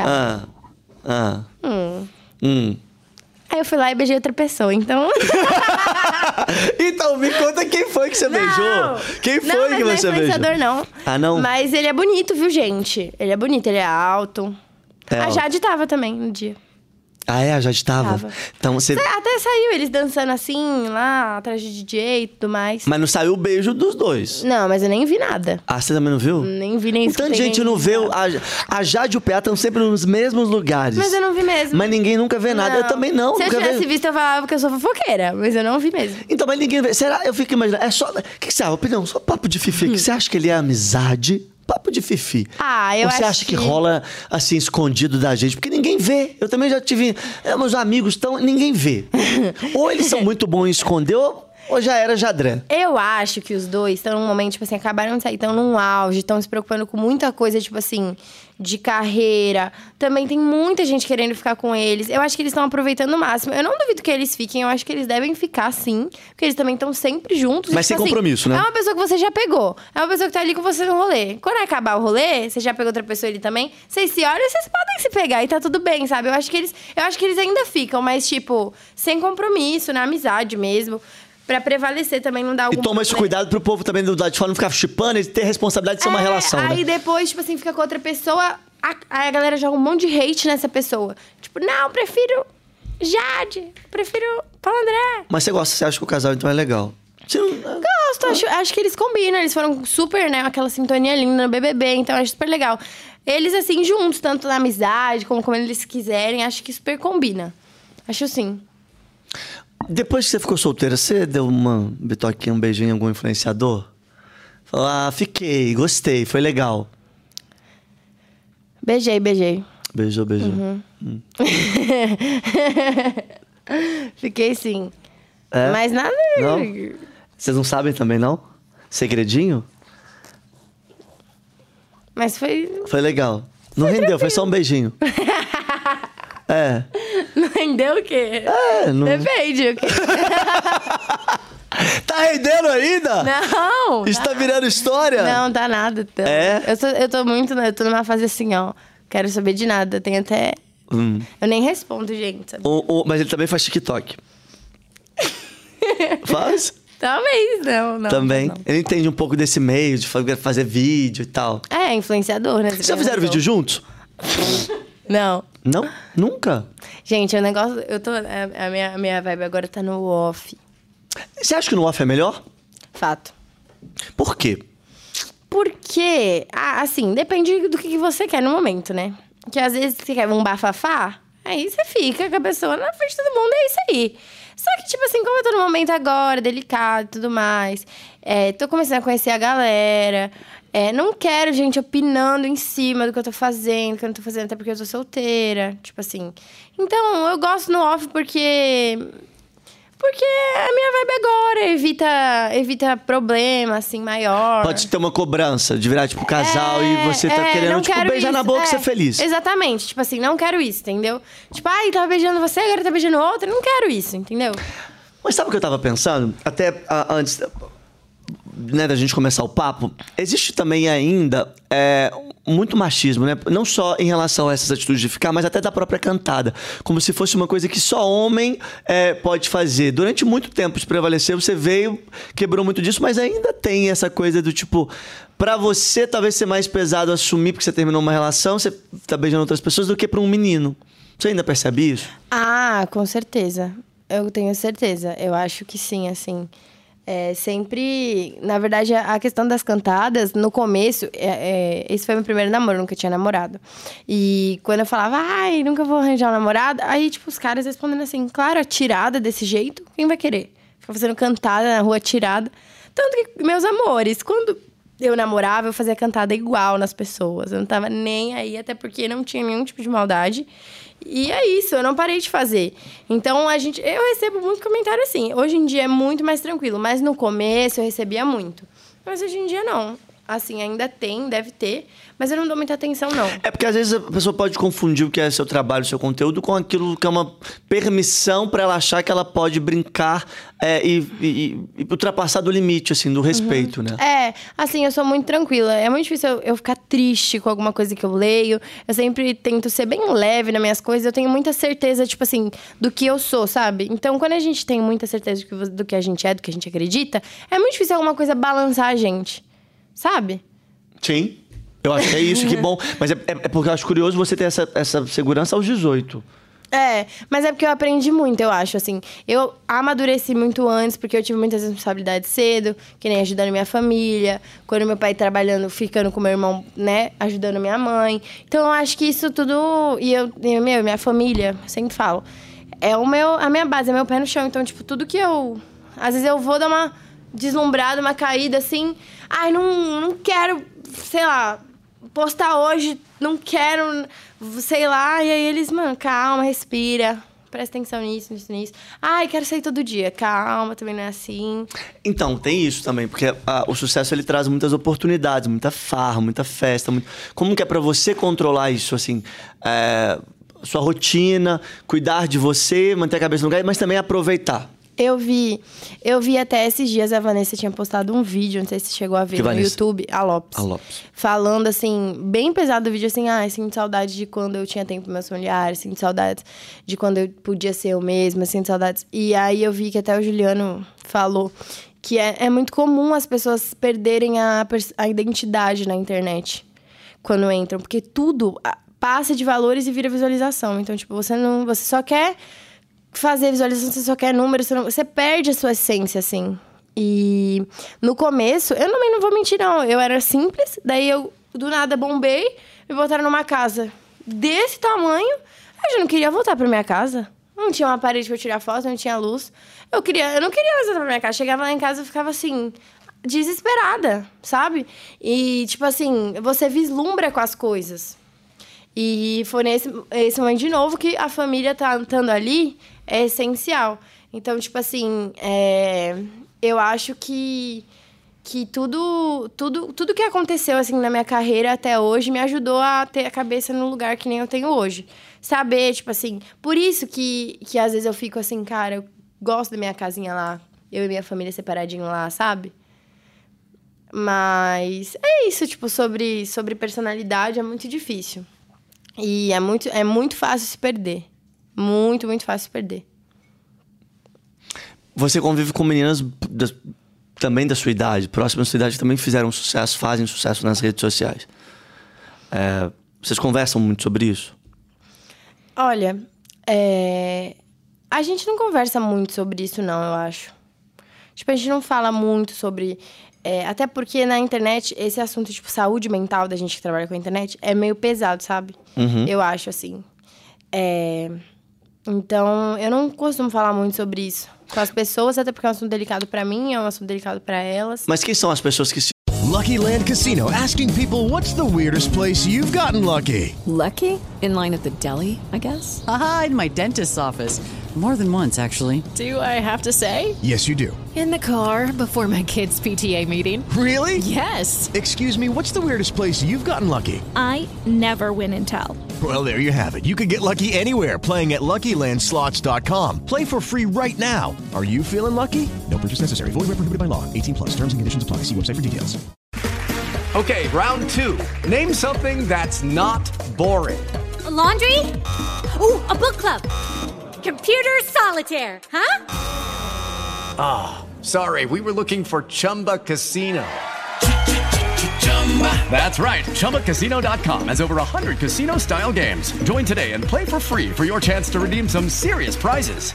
Aí eu fui lá e beijei outra pessoa, então...
Então, me conta quem foi que você beijou. Quem foi
não, mas
que
não é
você beijou?
influenciador, não.
Ah, não?
Mas ele é bonito, viu, gente? Ele é bonito, ele é alto.
É
a
alto.
Jade tava também no dia.
Ah, é? A Jade tava?
Tava.
Então você...
Até saiu eles dançando assim, lá, atrás de DJ e tudo mais.
Mas não saiu o beijo dos dois.
Não, mas eu nem vi nada.
Ah, você também não viu?
Nem vi, nem
Um tanto de
escutei,
gente
nem
não
vi
vê.
nada.
A Jade e o PA estão sempre nos mesmos lugares.
Mas eu não vi mesmo.
Mas ninguém nunca vê nada. Eu também não.
Se eu
nunca
tivesse
vi.
visto, eu falava que eu sou fofoqueira. Mas eu não vi mesmo.
Então, mas ninguém vê. Será? Eu fico imaginando. É só... O que você acha? Opinião, só papo de fifi. Que você acha que ele é amizade? Papo de fifi.
Ah, eu
Ou você
acho
acha que rola, assim, escondido da gente? Porque ninguém vê. Eu também já tive... meus amigos estão... Ninguém vê. Ou eles são muito bons em esconder, ou já era Jadré.
Eu acho que os dois estão num momento, tipo assim, acabaram de sair, estão num auge, estão se preocupando com muita coisa, tipo assim, de carreira. Também tem muita gente querendo ficar com eles. Eu acho que eles estão aproveitando o máximo. Eu não duvido que eles fiquem, eu acho que eles devem ficar, sim. Porque eles também estão sempre juntos.
Mas sem
assim,
compromisso, né?
É uma pessoa que você já pegou. É uma pessoa que tá ali com você no rolê. Quando acabar o rolê, você já pegou outra pessoa ali também. Vocês se olham e vocês podem se pegar e tá tudo bem, sabe? Eu acho que eles ainda ficam, mas, tipo, sem compromisso, na amizade mesmo. Pra prevalecer também, não dar algum...
E toma esse cuidado pro povo também do lado de fora não ficar chipando e ter responsabilidade de ser uma relação,
aí
né?
depois, tipo assim, fica com outra pessoa, aí a galera joga um monte de hate nessa pessoa. Tipo, não, prefiro Jade, prefiro Paulo André.
Mas você acha que o casal então é legal?
Gosto, acho que eles combinam, eles foram super, né, aquela sintonia linda no BBB, então acho super legal. Eles, assim, juntos, tanto na amizade, como eles quiserem, acho que super combina. Acho sim.
Depois que você ficou solteira, você deu uma bitoquinha, um beijinho em algum influenciador? Falou, fiquei, gostei, foi legal.
Beijei.
Beijou.
Uhum. Fiquei sim.
É?
Mas nada...
Não? Vocês não sabem também, não? Segredinho?
Mas foi...
Foi legal. Não rendeu, foi só um beijinho.
Não rendeu o quê?
Não...
Depende o quê?
Tá Tá rendendo ainda?
Não!
Isso tá virando história?
Não, tá nada.
É?
Eu tô numa fase assim, ó. Quero saber de nada. Tem até... Eu nem respondo, gente. Sabe?
Mas ele também faz TikTok. Faz?
Talvez, não.
Também.
Não.
Ele entende um pouco desse meio, de fazer vídeo e tal.
É, influenciador, né?
Vocês já fizeram vídeo juntos?
Não.
Não? Nunca?
Gente, o negócio... A minha vibe agora tá no off.
Você acha que no off é melhor?
Fato.
Por quê?
Porque, assim, depende do que você quer no momento, né? Que às vezes você quer um bafafá, aí você fica com a pessoa na frente de todo mundo, é isso aí. Só que, tipo assim, como eu tô num momento agora, delicado e tudo mais, tô começando a conhecer a galera, não quero gente opinando em cima do que eu tô fazendo, que eu não tô fazendo até porque eu tô solteira, tipo assim. Então, eu gosto no off porque a minha vibe agora evita problema, assim, maior.
Pode ter uma cobrança de virar, tipo, casal e você tá querendo, tipo, beijar na boca e ser feliz.
Exatamente. Tipo assim, não quero isso, entendeu? Tipo, tava beijando você, agora tá beijando outra. Não quero isso, entendeu?
Mas sabe o que eu tava pensando? Até antes, né, da gente começar o papo, existe também ainda muito machismo, né? Não só em relação a essas atitudes de ficar, mas até da própria cantada. Como se fosse uma coisa que só homem pode fazer. Durante muito tempo isso prevaleceu, você veio, quebrou muito disso, mas ainda tem essa coisa do tipo... Pra você, talvez ser mais pesado assumir porque você terminou uma relação, você tá beijando outras pessoas, do que pra um menino. Você ainda percebe isso?
Com certeza. Eu tenho certeza. Eu acho que sim, assim... sempre... Na verdade, a questão das cantadas, no começo... esse foi meu primeiro namoro, nunca tinha namorado. E quando eu falava, nunca vou arranjar um namorado... Aí, tipo, os caras respondendo assim... Claro, atirada desse jeito, quem vai querer? Ficar fazendo cantada na rua atirada. Tanto que, meus amores, quando eu namorava, eu fazia cantada igual nas pessoas. Eu não tava nem aí, até porque não tinha nenhum tipo de maldade. E é isso, eu não parei de fazer. Então, eu recebo muito comentário assim. Hoje em dia é muito mais tranquilo, mas no começo eu recebia muito. Mas hoje em dia não. Assim, ainda deve ter, mas eu não dou muita atenção, não.
É porque às vezes a pessoa pode confundir o que é seu trabalho, seu conteúdo, com aquilo que é uma permissão pra ela achar que ela pode brincar e ultrapassar do limite, assim, do respeito, né?
Assim, eu sou muito tranquila. É muito difícil eu ficar triste com alguma coisa que eu leio. Eu sempre tento ser bem leve nas minhas coisas. Eu tenho muita certeza, tipo assim, do que eu sou, sabe? Então, quando a gente tem muita certeza do que a gente é, do que a gente acredita, é muito difícil alguma coisa balançar a gente. Sabe?
Sim. Eu acho que é isso, que bom. Mas é porque eu acho curioso você ter essa segurança aos 18.
Mas é porque eu aprendi muito, eu acho, assim. Eu amadureci muito antes, porque eu tive muitas responsabilidades cedo, que nem ajudando minha família, quando meu pai trabalhando, ficando com meu irmão, né, ajudando minha mãe. Então, eu acho que isso tudo... minha família, eu sempre falo, a minha base, é meu pé no chão. Então, tipo, tudo que eu... Às vezes eu vou dar uma deslumbrada, uma caída, assim... não quero, sei lá, postar hoje, não quero, sei lá. E aí eles, mano, calma, respira, presta atenção nisso. Quero sair todo dia. Calma, também não é assim.
Então, tem isso também, porque o sucesso, ele traz muitas oportunidades, muita farra, muita festa. Como que é pra você controlar isso, assim... sua rotina, cuidar de você, manter a cabeça no lugar, mas também aproveitar?
Eu vi até esses dias, a Vanessa tinha postado um vídeo, não sei se você chegou a ver no YouTube, a Lopes. Falando, assim, bem pesado o vídeo, assim, sinto saudade de quando eu tinha tempo com meus familiares, sinto saudades de quando eu podia ser eu mesma, sinto saudades. E aí eu vi que até o Juliano falou que é muito comum as pessoas perderem a identidade na internet quando entram, porque tudo passa de valores e vira visualização. Então, tipo, você só quer... fazer visualização, você só quer números, você perde a sua essência, assim. E no começo, eu também não vou mentir, não. Eu era simples, daí eu, do nada, bombei, me botaram numa casa desse tamanho. Eu já não queria voltar pra minha casa. Não tinha uma parede pra eu tirar foto, não tinha luz. Eu não queria mais voltar pra minha casa. Chegava lá em casa, eu ficava assim, desesperada, sabe? E, tipo assim, você vislumbra com as coisas. E foi nesse momento, de novo, que a família estando ali é essencial. Então, tipo assim, eu acho que tudo que aconteceu, assim, na minha carreira até hoje me ajudou a ter a cabeça no lugar que nem eu tenho hoje. Saber, tipo assim... Por isso que às vezes eu fico assim, cara, eu gosto da minha casinha lá. eu e minha família separadinho lá, sabe? Mas é isso, tipo, sobre personalidade é muito difícil. E é muito fácil se perder. Muito, muito fácil se perder.
Você convive com meninas também da sua idade, próximas da sua idade, também fizeram sucesso, fazem sucesso nas redes sociais. Vocês conversam muito sobre isso?
Olha, a gente não conversa muito sobre isso, não, eu acho. Tipo, a gente não fala muito sobre... até porque na internet, esse assunto, tipo, saúde mental da gente que trabalha com a internet é meio pesado, sabe?
Uhum.
Eu acho, assim. Então, eu não costumo falar muito sobre isso com as pessoas, até porque é um assunto delicado pra mim, é um assunto delicado pra elas.
Mas quem são as pessoas que se...
Lucky Land Casino, asking people, what's the weirdest place you've gotten lucky?
Lucky? In line at the deli, I guess?
Aha, in my dentist's office. More than once, actually.
Do I have to say?
Yes, you do.
In the car before my kids' PTA meeting.
Really?
Yes.
Excuse me, what's the weirdest place you've gotten lucky?
I never win and tell.
Well, there you have it. You can get lucky anywhere, playing at LuckyLandSlots.com. Play for free right now. Are you feeling lucky? No purchase necessary. Void where prohibited by law. 18+. Terms and conditions apply. See website for details.
Okay, round two. Name something that's not boring.
A laundry? Ooh, a book club. Computer solitaire, huh?
Ah, sorry, we were looking for Chumba Casino. That's right, ChumbaCasino.com has over 100 casino-style games. Join today and play for free for your chance to redeem some serious prizes.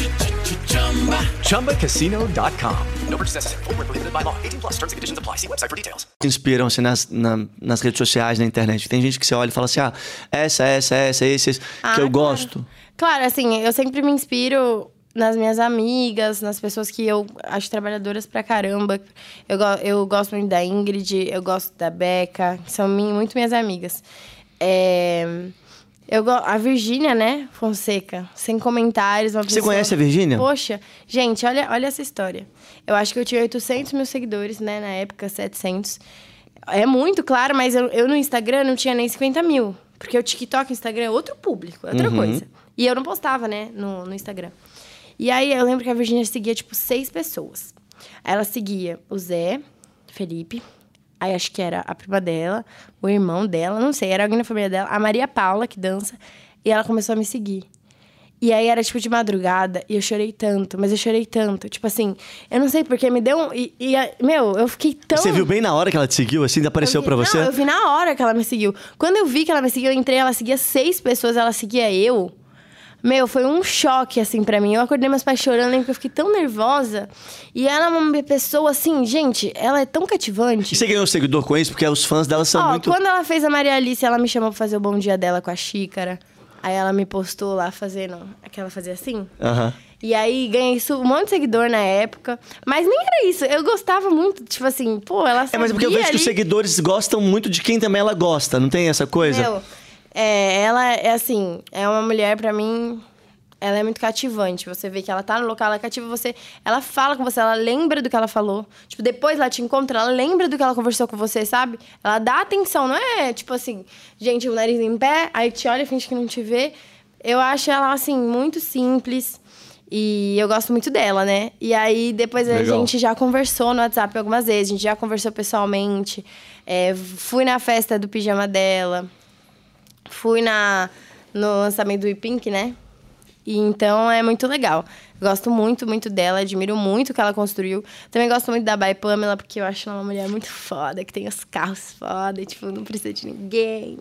ChumbaCasino.com. No purchase necessary. Void where prohibited by law. 18+. Terms and conditions apply. See website for details.
Inspiram assim nas redes sociais, na internet. Tem gente que você olha e fala assim, esse que eu gosto.
Claro, assim, eu sempre me inspiro nas minhas amigas, nas pessoas que eu acho trabalhadoras pra caramba. Eu gosto muito da Ingrid, eu gosto da Beca, que são muito minhas amigas. A Virgínia, né, Fonseca, sem comentários.
Você conhece a Virgínia?
Poxa, gente, olha essa história. Eu acho que eu tinha 800 mil seguidores, né, na época, 700. É muito, claro, mas eu no Instagram não tinha nem 50 mil. Porque o TikTok e o Instagram é outro público, é outra coisa. E eu não postava, né, no Instagram. E aí, eu lembro que a Virgínia seguia, tipo, 6 pessoas. Aí ela seguia o Zé, Felipe, aí acho que era a prima dela, o irmão dela, não sei, era alguém na família dela, a Maria Paula, que dança, e ela começou a me seguir. E aí, era, tipo, de madrugada, e eu chorei tanto, tipo assim, eu não sei porque me deu um... Meu, eu fiquei tão...
Você viu bem na hora que ela te seguiu, assim, apareceu pra você?
Não, eu vi na hora que ela me seguiu. Quando eu vi que ela me seguiu, eu entrei, ela seguia 6 pessoas, ela seguia eu... Meu, foi um choque, assim, pra mim. Eu acordei meus pais chorando, lembro que eu fiquei tão nervosa. E ela é uma pessoa, assim, gente, ela é tão cativante.
E você ganhou seguidor com isso? Porque os fãs dela são muito...
Quando ela fez a Maria Alice, ela me chamou pra fazer o bom dia dela com a xícara. Aí ela me postou lá fazendo... Aquela fazia assim. E aí, ganhei um monte de seguidor na época. Mas nem era isso. Eu gostava muito, tipo assim... Pô, ela sabia
mas porque eu vejo que os seguidores gostam muito de quem também ela gosta. Não tem essa coisa?
Meu... ela é assim, é uma mulher, pra mim, ela é muito cativante. Você vê que ela tá no local, ela cativa você, ela fala com você, ela lembra do que ela falou. Tipo, depois ela te encontra, ela lembra do que ela conversou com você, sabe? Ela dá atenção, não é tipo assim, gente, o nariz em pé, aí te olha e finge que não te vê. Eu acho ela, assim, muito simples. E eu gosto muito dela, né? E aí, depois a gente já conversou no WhatsApp algumas vezes, a gente já conversou pessoalmente. Fui na festa do pijama dela. Fui no lançamento do E-Pink, né? E então é muito legal. Gosto muito, muito dela, admiro muito o que ela construiu. Também gosto muito da Bai Pamela, porque eu acho ela uma mulher muito foda, que tem os carros foda, e, tipo, não precisa de ninguém.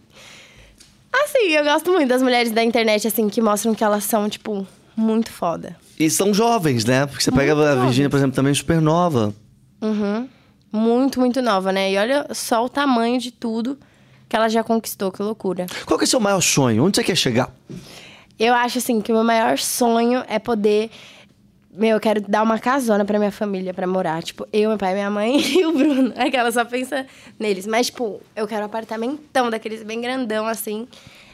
Assim, eu gosto muito das mulheres da internet, assim, que mostram que elas são, tipo, muito foda.
E são jovens, né? Porque você pega a Virgínia, por exemplo, também super nova.
Muito, muito nova, né? E olha só o tamanho de tudo que ela já conquistou, que loucura.
Qual que é o seu maior sonho? Onde você quer chegar?
Eu acho, assim, que o meu maior sonho é poder... eu quero dar uma casona pra minha família pra morar. Tipo, eu, meu pai, minha mãe e o Bruno. Aquela só pensa neles. Mas, tipo, eu quero um apartamentão daqueles bem grandão, assim.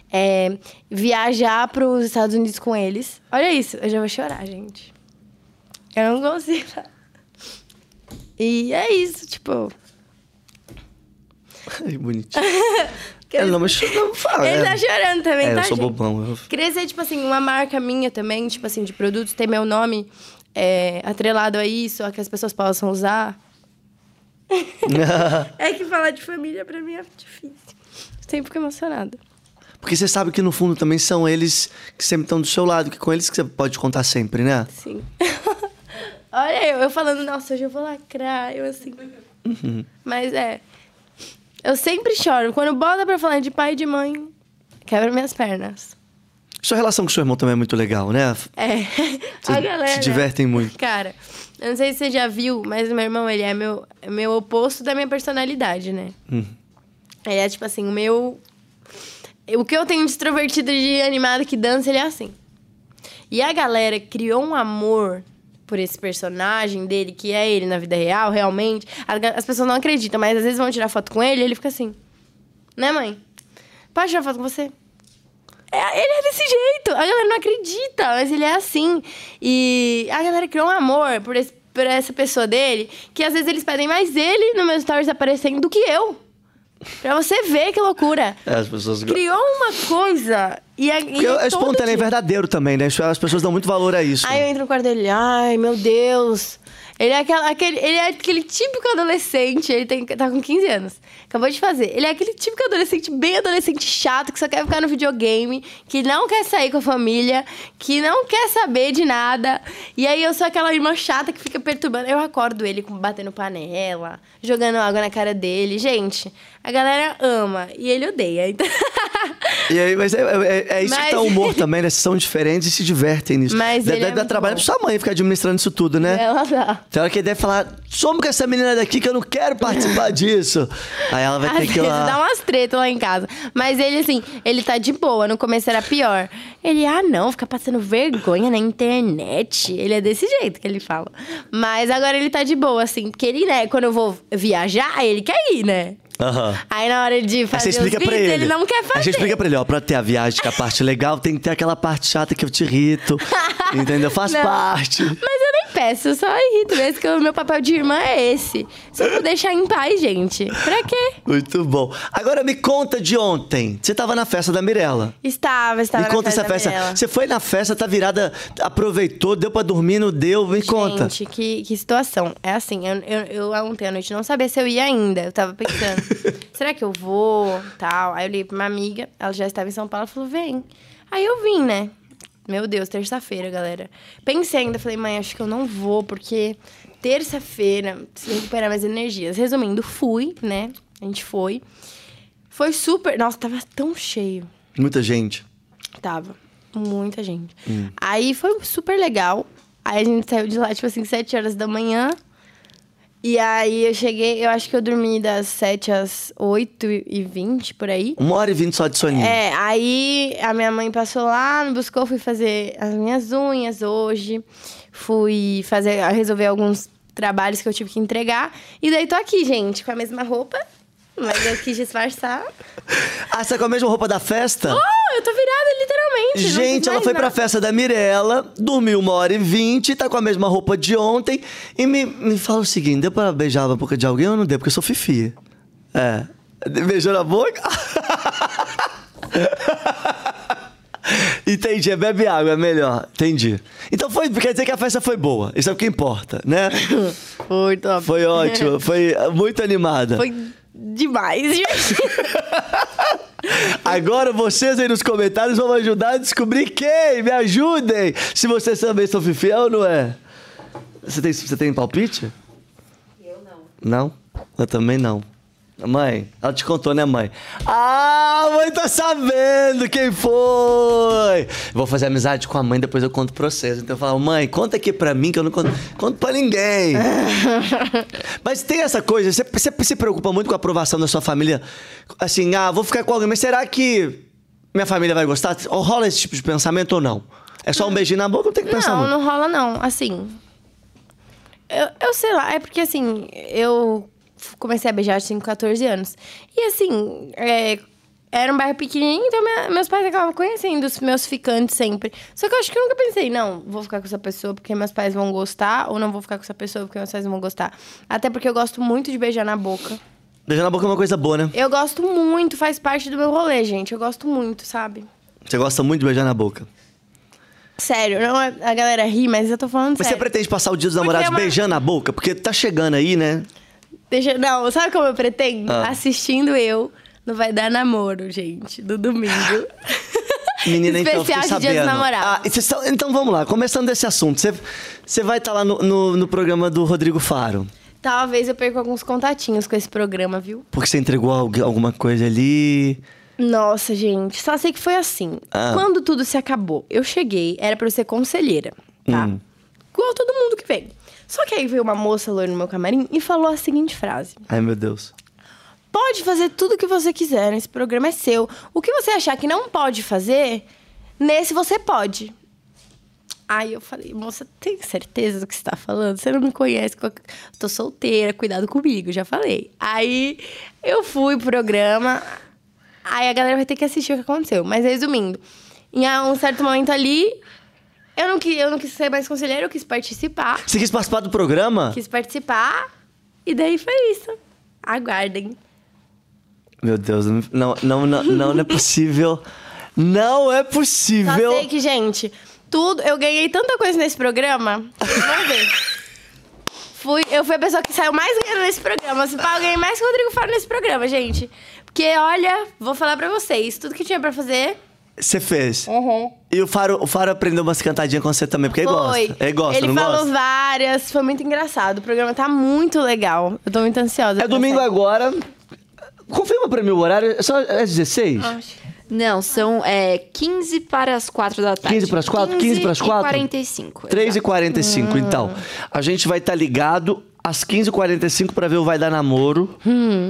Viajar pros Estados Unidos com eles. Olha isso, eu já vou chorar, gente. Eu não consigo. E é isso, tipo...
Ai, bonitinho. Não, mas não fala.
Ele tá chorando também, tá,
eu sou
gente?
bobão.
Queria ser, tipo assim, uma marca minha também, tipo assim, de produtos, ter meu nome atrelado a isso, a que as pessoas possam usar. É que falar de família pra mim é difícil. Sempre fico emocionada.
Porque você sabe que no fundo também são eles que sempre estão do seu lado, que com eles que você pode contar sempre, né?
Sim. Olha eu falando, nossa, hoje eu vou lacrar, eu assim. Mas eu sempre choro. Quando bota pra falar de pai e de mãe, quebra minhas pernas.
Sua relação com seu irmão também é muito legal, né?
A galera
se divertem muito.
Cara, eu não sei se você já viu, mas o meu irmão, ele é meu oposto da minha personalidade, né? Ele é tipo assim, o que eu tenho de extrovertido, de animado que dança, ele é assim. E a galera criou um amor por esse personagem dele, que é ele na vida real, realmente. As pessoas não acreditam, mas às vezes vão tirar foto com ele e ele fica assim. Né, mãe? Pode tirar foto com você? Ele é desse jeito. A galera não acredita, mas ele é assim. E a galera criou um amor por essa pessoa dele, que às vezes eles pedem mais ele no meu stories aparecendo do que eu. Pra você ver que loucura.
As pessoas...
Criou uma coisa e é
espontâneo, é verdadeiro também, né? As pessoas dão muito valor a isso.
Aí eu entro no quarto dele, ai, meu Deus. Ele é aquele típico adolescente, ele tá com 15 anos. Acabou de fazer. Ele é aquele típico adolescente, bem adolescente chato, que só quer ficar no videogame, que não quer sair com a família, que não quer saber de nada. E aí eu sou aquela irmã chata que fica perturbando. Eu acordo ele batendo panela, jogando água na cara dele. Gente, a galera ama e ele odeia. Então...
E aí, mas é isso que tá o humor também, né? Vocês são diferentes e se divertem nisso.
Mas
dá trabalho pra sua mãe ficar administrando isso tudo, né?
Ela dá.
Tem hora que ele deve falar, some com essa menina daqui que eu não quero participar disso. Aí ela vai ter que ir lá.
Dá umas tretas lá em casa. Mas ele, assim, ele tá de boa. No começo era pior. Ele, não, fica passando vergonha na internet. Ele é desse jeito que ele fala. Mas agora ele tá de boa, assim. Porque ele, né, quando eu vou viajar, ele quer ir, né? Aí na hora de fazer os vídeos, ele não quer fazer.
A gente explica pra ele, pra ter a viagem, que a parte legal, tem que ter aquela parte chata que eu te irrito. Entendeu? Faz parte.
Mas eu nem peço, eu só irrito mesmo, que o meu papel de irmã é esse. Só pra deixar em paz, gente. Pra quê?
Muito bom. Agora me conta de ontem. Você tava na festa da Mirella.
Estava
me
na
conta
festa
essa festa.
da Mirella.
Você foi na festa, tá virada, aproveitou, deu pra dormir, não deu? Me conta.
Gente, que situação. É assim, eu ontem à noite não sabia se eu ia ainda. Eu tava pensando, será que eu vou? Tal. Aí eu liguei pra uma amiga, ela já estava em São Paulo, ela falou, vem. Aí eu vim, né? Meu Deus, terça-feira, galera. Pensei ainda, falei, mãe, acho que eu não vou, porque terça-feira, preciso recuperar minhas energias. Resumindo, fui, né? A gente foi. Foi super... Nossa, tava tão cheio.
Muita gente.
Tava. Muita gente. Aí foi super legal. Aí a gente saiu de lá, tipo assim, 7 horas da manhã. E aí eu cheguei, eu acho que eu dormi das 7 às 8h20, por aí.
1h20 só de soninho.
Aí a minha mãe passou lá, me buscou, fui fazer as minhas unhas hoje. Fui resolver alguns trabalhos que eu tive que entregar. E daí tô aqui, gente, com a mesma roupa. Mas eu quis disfarçar.
Você tá com a mesma roupa da festa?
Eu tô virada, literalmente.
Gente, ela foi pra festa da Mirella, dormiu 1h20, tá com a mesma roupa de ontem. E me fala o seguinte, deu pra beijar a boca de alguém ou não deu? Porque eu sou fifi. Beijou na boca? Entendi, bebe água, é melhor. Entendi. Então quer dizer que a festa foi boa. Isso é o que importa, né?
Foi top.
Foi ótimo, foi muito animada.
Foi demais, gente.
Agora vocês aí nos comentários vão me ajudar a descobrir quem. Me ajudem. Se vocês também são fifi ou não é. Você tem palpite?
Eu não.
Não? Eu também não. Mãe, ela te contou, né, mãe? A mãe tá sabendo quem foi! Vou fazer amizade com a mãe, depois eu conto pra vocês. Então eu falo, mãe, conta aqui pra mim que eu não conto pra ninguém. Mas tem essa coisa, você se preocupa muito com a aprovação da sua família? Assim, vou ficar com alguém, mas será que minha família vai gostar? Ou rola esse tipo de pensamento ou não? É só um beijinho na boca ou tem que pensar muito?
Não rola não, assim... Eu sei lá, é porque assim, eu... comecei a beijar assim com 14 anos. E assim, era um bairro pequenininho, então meus pais acabavam conhecendo os meus ficantes sempre. Só que eu acho que eu nunca pensei, não, vou ficar com essa pessoa porque meus pais vão gostar, ou não vou ficar com essa pessoa porque meus pais não vão gostar. Até porque eu gosto muito de beijar na boca.
Beijar na boca é uma coisa boa, né?
Eu gosto muito, faz parte do meu rolê, gente. Eu gosto muito, sabe?
Você gosta muito de beijar na boca?
Sério, não, a galera ri, mas eu tô falando
Mas
sério.
você pretende passar o dia dos namorados beijando a boca? Porque tá chegando aí, né?
Não, sabe como eu pretendo? Assistindo eu no Vai Dar Namoro, gente, do domingo.
Menina, então,
Especial
fiquei
de Dia dos
sabendo.
Namorados.
Então vamos lá, começando desse assunto. Você vai estar lá no programa do Rodrigo Faro.
Talvez eu perca alguns contatinhos com esse programa, viu?
Porque você entregou alguma coisa ali.
Nossa, gente, só sei que foi assim. Quando tudo se acabou, eu cheguei, era pra eu ser conselheira, tá? Igual todo mundo que vem. Só que aí veio uma moça loira no meu camarim e falou a seguinte frase.
Ai, meu Deus.
Pode fazer tudo o que você quiser, esse programa é seu. O que você achar que não pode fazer, nesse você pode. Aí eu falei, moça, tem certeza do que você tá falando? Você não me conhece, eu tô solteira, cuidado comigo, já falei. Aí eu fui pro programa, aí a galera vai ter que assistir o que aconteceu. Mas resumindo, em um certo momento ali, eu não quis ser mais conselheira, eu quis participar.
Você quis participar do programa?
Quis participar, e daí foi isso. Aguardem.
Meu Deus, não é possível. Não é possível.
Só sei que, gente, eu ganhei tanta coisa nesse programa. Vamos ver. Eu fui a pessoa que saiu mais ganhando nesse programa. Eu ganhei mais que o Rodrigo Faro nesse programa, gente. Porque, olha, vou falar pra vocês, tudo que tinha pra fazer...
Você fez. E o Faro aprendeu umas cantadinhas com você também, porque ele gosta. Ele gosta,
Ele
não
falou
gosta?
várias, foi muito engraçado. O programa tá muito legal. Eu tô muito ansiosa.
É domingo agora. Confirma pra mim o horário. É 16?
Não, são 15 para as 4 da tarde.
15 para as 4? 15 para as 4?
45.
3h45, então. A gente vai estar ligado às 15h45 pra ver o Vai Dar Namoro.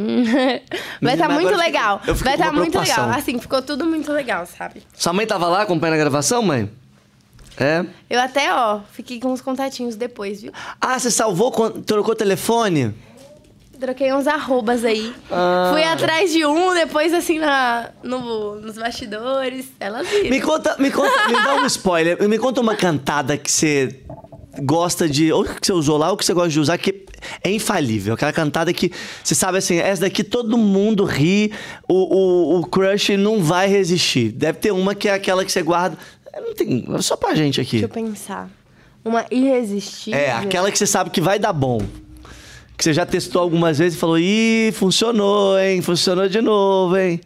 Vai estar muito
agora
legal.
eu fico
Vai
com
estar
uma
muito
preocupação.
legal. Assim, ficou tudo muito legal, sabe?
Sua mãe tava lá acompanhando a gravação, mãe? É?
Eu até, fiquei com uns contatinhos depois, viu?
Ah, você salvou, trocou o telefone?
Troquei uns arrobas aí. Fui atrás de depois assim, nos bastidores. Elas viram.
Me dá um spoiler. Me conta uma cantada que você gosta de... Ou que você usou lá, ou que você gosta de usar, que é infalível. Aquela cantada que você sabe assim, essa daqui todo mundo ri, o crush não vai resistir. Deve ter uma que é aquela que você guarda... Não tem... Só pra gente aqui.
Deixa eu pensar. Uma irresistível.
É, aquela que você sabe que vai dar bom. Que você já testou algumas vezes e falou, funcionou, hein? Funcionou de novo, hein?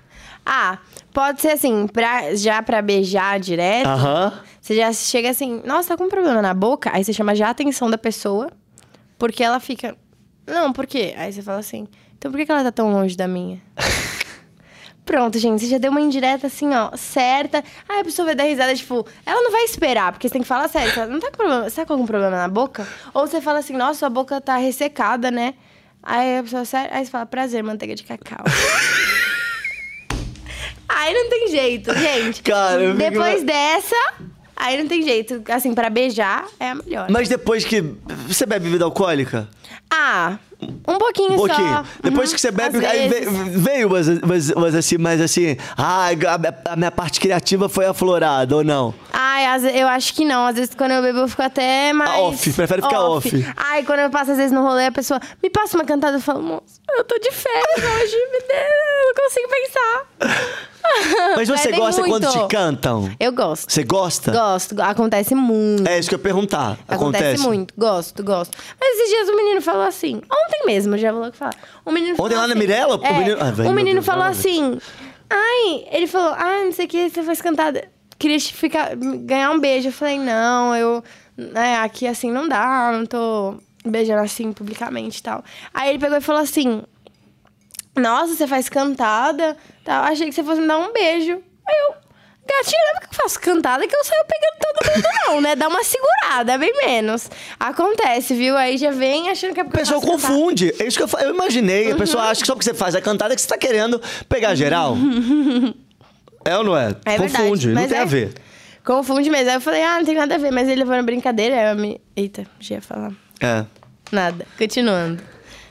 Pode ser assim, pra beijar direto. Você já chega assim, nossa, tá com um problema na boca? Aí você chama já a atenção da pessoa, porque ela fica, não, por quê? Aí você fala assim, então por que ela tá tão longe da minha? Pronto, gente, você já deu uma indireta assim, certa. Aí a pessoa vai dar risada, tipo, ela não vai esperar, porque você tem que falar sério. Você não tá com problema, você tá com algum problema na boca? Ou você fala assim, nossa, sua boca tá ressecada, né? Aí a pessoa, sério, aí você fala, prazer, manteiga de cacau. Aí não tem jeito, gente.
Cara,
depois dessa, aí não tem jeito. Assim, pra beijar, é a melhor.
Mas depois que... Você bebe bebida alcoólica?
Um pouquinho só.
Depois que você bebe, aí veio mas assim, a minha parte criativa foi aflorada, ou não?
Eu acho que não. Às vezes, quando eu bebo, eu fico até mais...
Prefere ficar off.
Quando eu passo, às vezes, no rolê, a pessoa me passa uma cantada, eu falo, moça, eu tô de férias hoje, meu Deus, eu não consigo pensar.
Mas você gosta quando te cantam?
Eu gosto.
Você gosta?
Gosto, acontece muito.
É isso que eu ia perguntar.
Acontece muito, gosto. Mas esses dias o menino falou assim, ontem mesmo, já vou logo falar.
Ontem lá na Mirella?
O menino falou assim, ele falou, não sei o que, você faz cantada. Queria ganhar um beijo. Eu falei, não, aqui assim não dá, não tô beijando assim publicamente e tal. Aí ele pegou e falou assim, nossa, você faz cantada, tal. Achei que você fosse me dar um beijo. Aí eu, gatinho, não é porque eu faço cantada que eu saio pegando todo mundo não, né? Dá uma segurada, bem menos. Acontece, viu? Aí já vem achando que é porque
a pessoa confunde. É isso que eu imaginei. A pessoa acha que só porque você faz a cantada que você tá querendo pegar geral. É ou não é? Confunde,
verdade,
não tem a ver.
Confunde mesmo. Aí eu falei, não tem nada a ver. Mas ele levou na brincadeira, aí eu me... Eita, já ia falar. Nada. Continuando.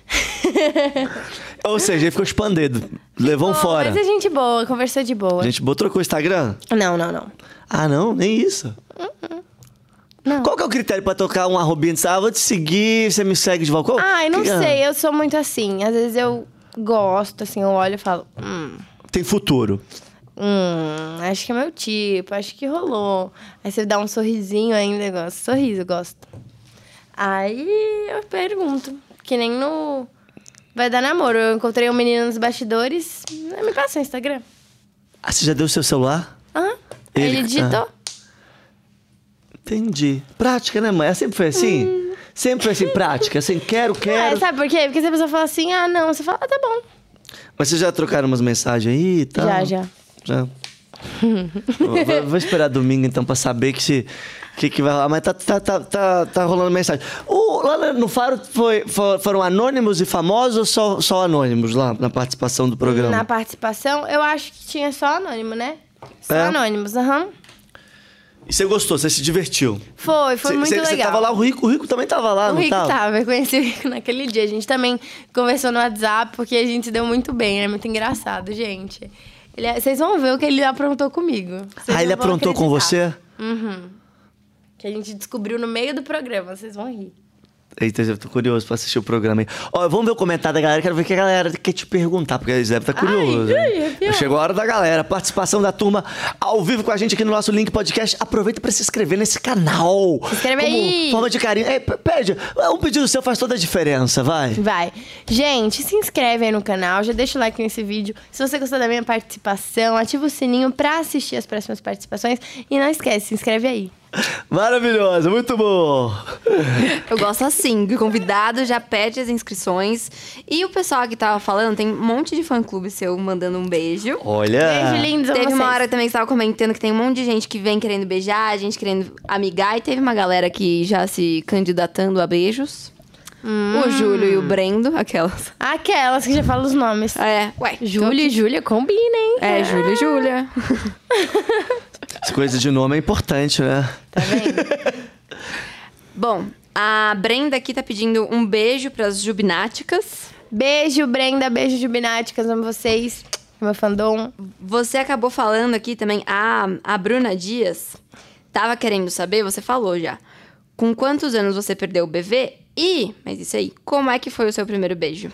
Ou seja, ele ficou expandido. Levou fora.
Mas é gente boa, conversou de boa.
Gente boa, trocou o Instagram?
Não.
Não? Nem isso?
Não.
Qual que é o critério pra tocar um arrobinho? Vou te seguir, você me segue de volta?
Não sei, eu sou muito assim. Às vezes eu gosto, assim, eu olho e falo...
Tem futuro.
acho que é meu tipo, acho que rolou. Aí você dá um sorrisinho ainda, eu gosto. Sorriso, eu gosto. Aí eu pergunto, que nem no Vai Dar Namoro. Eu encontrei um menino nos bastidores, me passou o Instagram.
Ah, você já deu o seu celular?
Aham. Ele digitou.
Entendi. Prática, né, mãe? Sempre foi assim? Sempre foi assim, prática? Assim, quero.
Sabe por quê? Porque se a pessoa fala assim, não, você fala, tá bom.
Mas vocês já trocaram umas mensagens aí e tal?
Já.
Vou esperar domingo, então, pra saber que vai rolar. Mas tá rolando mensagem. Lá no Faro foram anônimos e famosos ou só anônimos lá na participação do programa?
Na participação, eu acho que tinha só anônimo, né? Só anônimos,
E você gostou? Você se divertiu?
Foi muito legal.
Você tava lá, o Rico também tava lá, não tava?
O Rico tava, eu conheci o Rico naquele dia. A gente também conversou no WhatsApp, porque a gente se deu muito bem, é muito engraçado, gente. Vocês vão ver o que ele aprontou comigo.
Ele aprontou com você?
Uhum. Que a gente descobriu no meio do programa, vocês vão rir.
Eita, eu tô curioso pra assistir o programa aí. Vamos ver o comentário da galera. Quero ver o que a galera quer te perguntar, porque eles devem estar curiosos. Chegou a hora da galera. Participação da turma ao vivo com a gente aqui no nosso Link Podcast. Aproveita pra se inscrever nesse canal.
Se inscreve aí.
Forma de carinho. Pede. Um pedido seu faz toda a diferença, vai.
Gente, se inscreve aí no canal. Já deixa o like nesse vídeo. Se você gostou da minha participação, ativa o sininho pra assistir as próximas participações. E não esquece, se inscreve aí.
Maravilhoso, muito bom.
Eu gosto assim, que o convidado já pede as inscrições. E o pessoal que tava falando, tem um monte de fã-clube seu mandando um beijo.
Olha!
Beijo lindo.
Teve uma hora também que você tava comentando que tem um monte de gente que vem querendo beijar, gente querendo amigar. E teve uma galera que já se candidatando a beijos. O Júlio e o Brendo, aquelas.
Aquelas que já falam os nomes.
Ué.
Júlio e Júlia, combina, hein?
Júlio e Júlia.
Essa coisa de nome é importante, né?
Tá vendo?
Bom, a Brenda aqui tá pedindo um beijo pras Jubináticas.
Beijo, Brenda. Beijo, Jubináticas. Amo vocês. Meu fandom.
Você acabou falando aqui também, a Bruna Dias tava querendo saber, você falou já, com quantos anos você perdeu o bebê? Mas isso aí, como é que foi o seu primeiro beijo?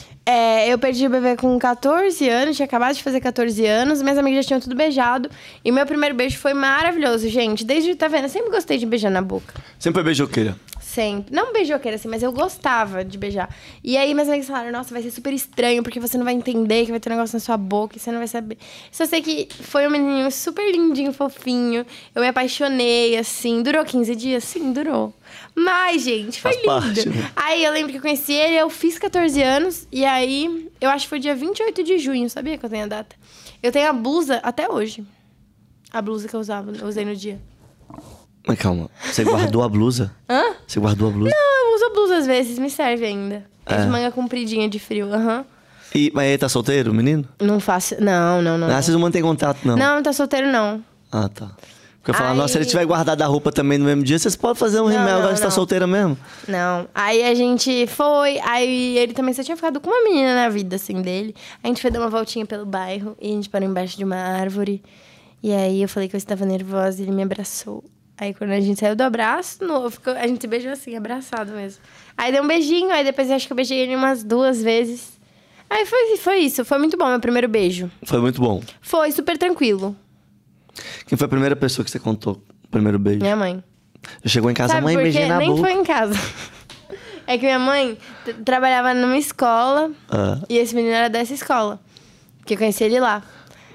Eu perdi o bebê com 14 anos, tinha acabado de fazer 14 anos, minhas amigas já tinham tudo beijado. E meu primeiro beijo foi maravilhoso, gente. Desde, tá vendo? Eu sempre gostei de beijar na boca.
Sempre foi beijoqueira?
Sempre. Não beijoqueira, assim, mas eu gostava de beijar. E aí minhas amigas falaram, nossa, vai ser super estranho, porque você não vai entender que vai ter um negócio na sua boca e você não vai saber. Só sei que foi um menininho super lindinho, fofinho. Eu me apaixonei, assim. Durou 15 dias? Sim, durou. Mas, gente, foi lindo.
Parte, né?
Aí eu lembro que eu conheci ele, eu fiz 14 anos. E aí, eu acho que foi dia 28 de junho, sabia que eu tenho a data? Eu tenho a blusa até hoje. A blusa que eu usei no dia.
Mas calma, você guardou a blusa?
Hã?
Você guardou a blusa?
Não, eu uso a blusa às vezes, me serve ainda. É de manga compridinha de frio,
Mas ele tá solteiro, o menino?
Não faço, não.
Vocês não mantêm contato, não?
Não tá solteiro, não.
Ah, tá. Porque eu falo, nossa, se ele tiver guardado a roupa também no mesmo dia, vocês podem fazer um rimel, agora você tá solteira mesmo?
Não. Aí a gente foi, aí ele também só tinha ficado com uma menina na vida, assim, dele. A gente foi dar uma voltinha pelo bairro e a gente parou embaixo de uma árvore. E aí eu falei que eu estava nervosa e ele me abraçou. Aí quando a gente saiu do abraço, a gente se beijou assim, abraçado mesmo. Aí deu um beijinho, aí depois eu acho que eu beijei ele umas 2 vezes. Aí foi isso, foi muito bom meu primeiro beijo.
Foi muito bom?
Foi, super tranquilo.
Quem foi a primeira pessoa que você contou o primeiro beijo?
Minha mãe.
Já chegou em casa, mãe, beijei na boca.
Nem foi em casa. É que minha mãe trabalhava numa escola e esse menino era dessa escola. Que eu conheci ele lá.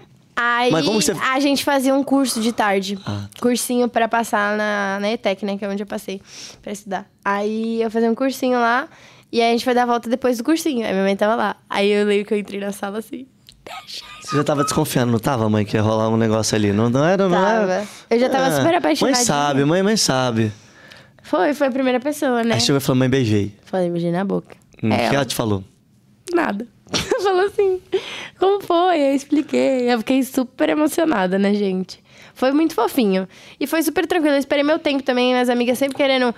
Aí a gente fazia um curso de tarde. Cursinho pra passar na ETEC, né? Que é onde eu passei pra estudar. Aí eu fazia um cursinho lá. E aí a gente foi dar a volta depois do cursinho. Aí minha mãe tava lá. Aí eu lembro que eu entrei na sala assim.
Você já tava desconfiando, não tava, mãe? Que ia rolar um negócio ali. Não era?
Tava. Eu já tava super apaixonada.
Mãe sabe.
Foi a primeira pessoa, né?
Aí chegou e falou, mãe, beijei.
Falei, beijei na boca.
O que ela te falou?
Nada. Falou assim, como foi? Eu expliquei. Eu fiquei super emocionada, né, gente? Foi muito fofinho. E foi super tranquilo. Eu esperei meu tempo também. Minhas amigas sempre querendo...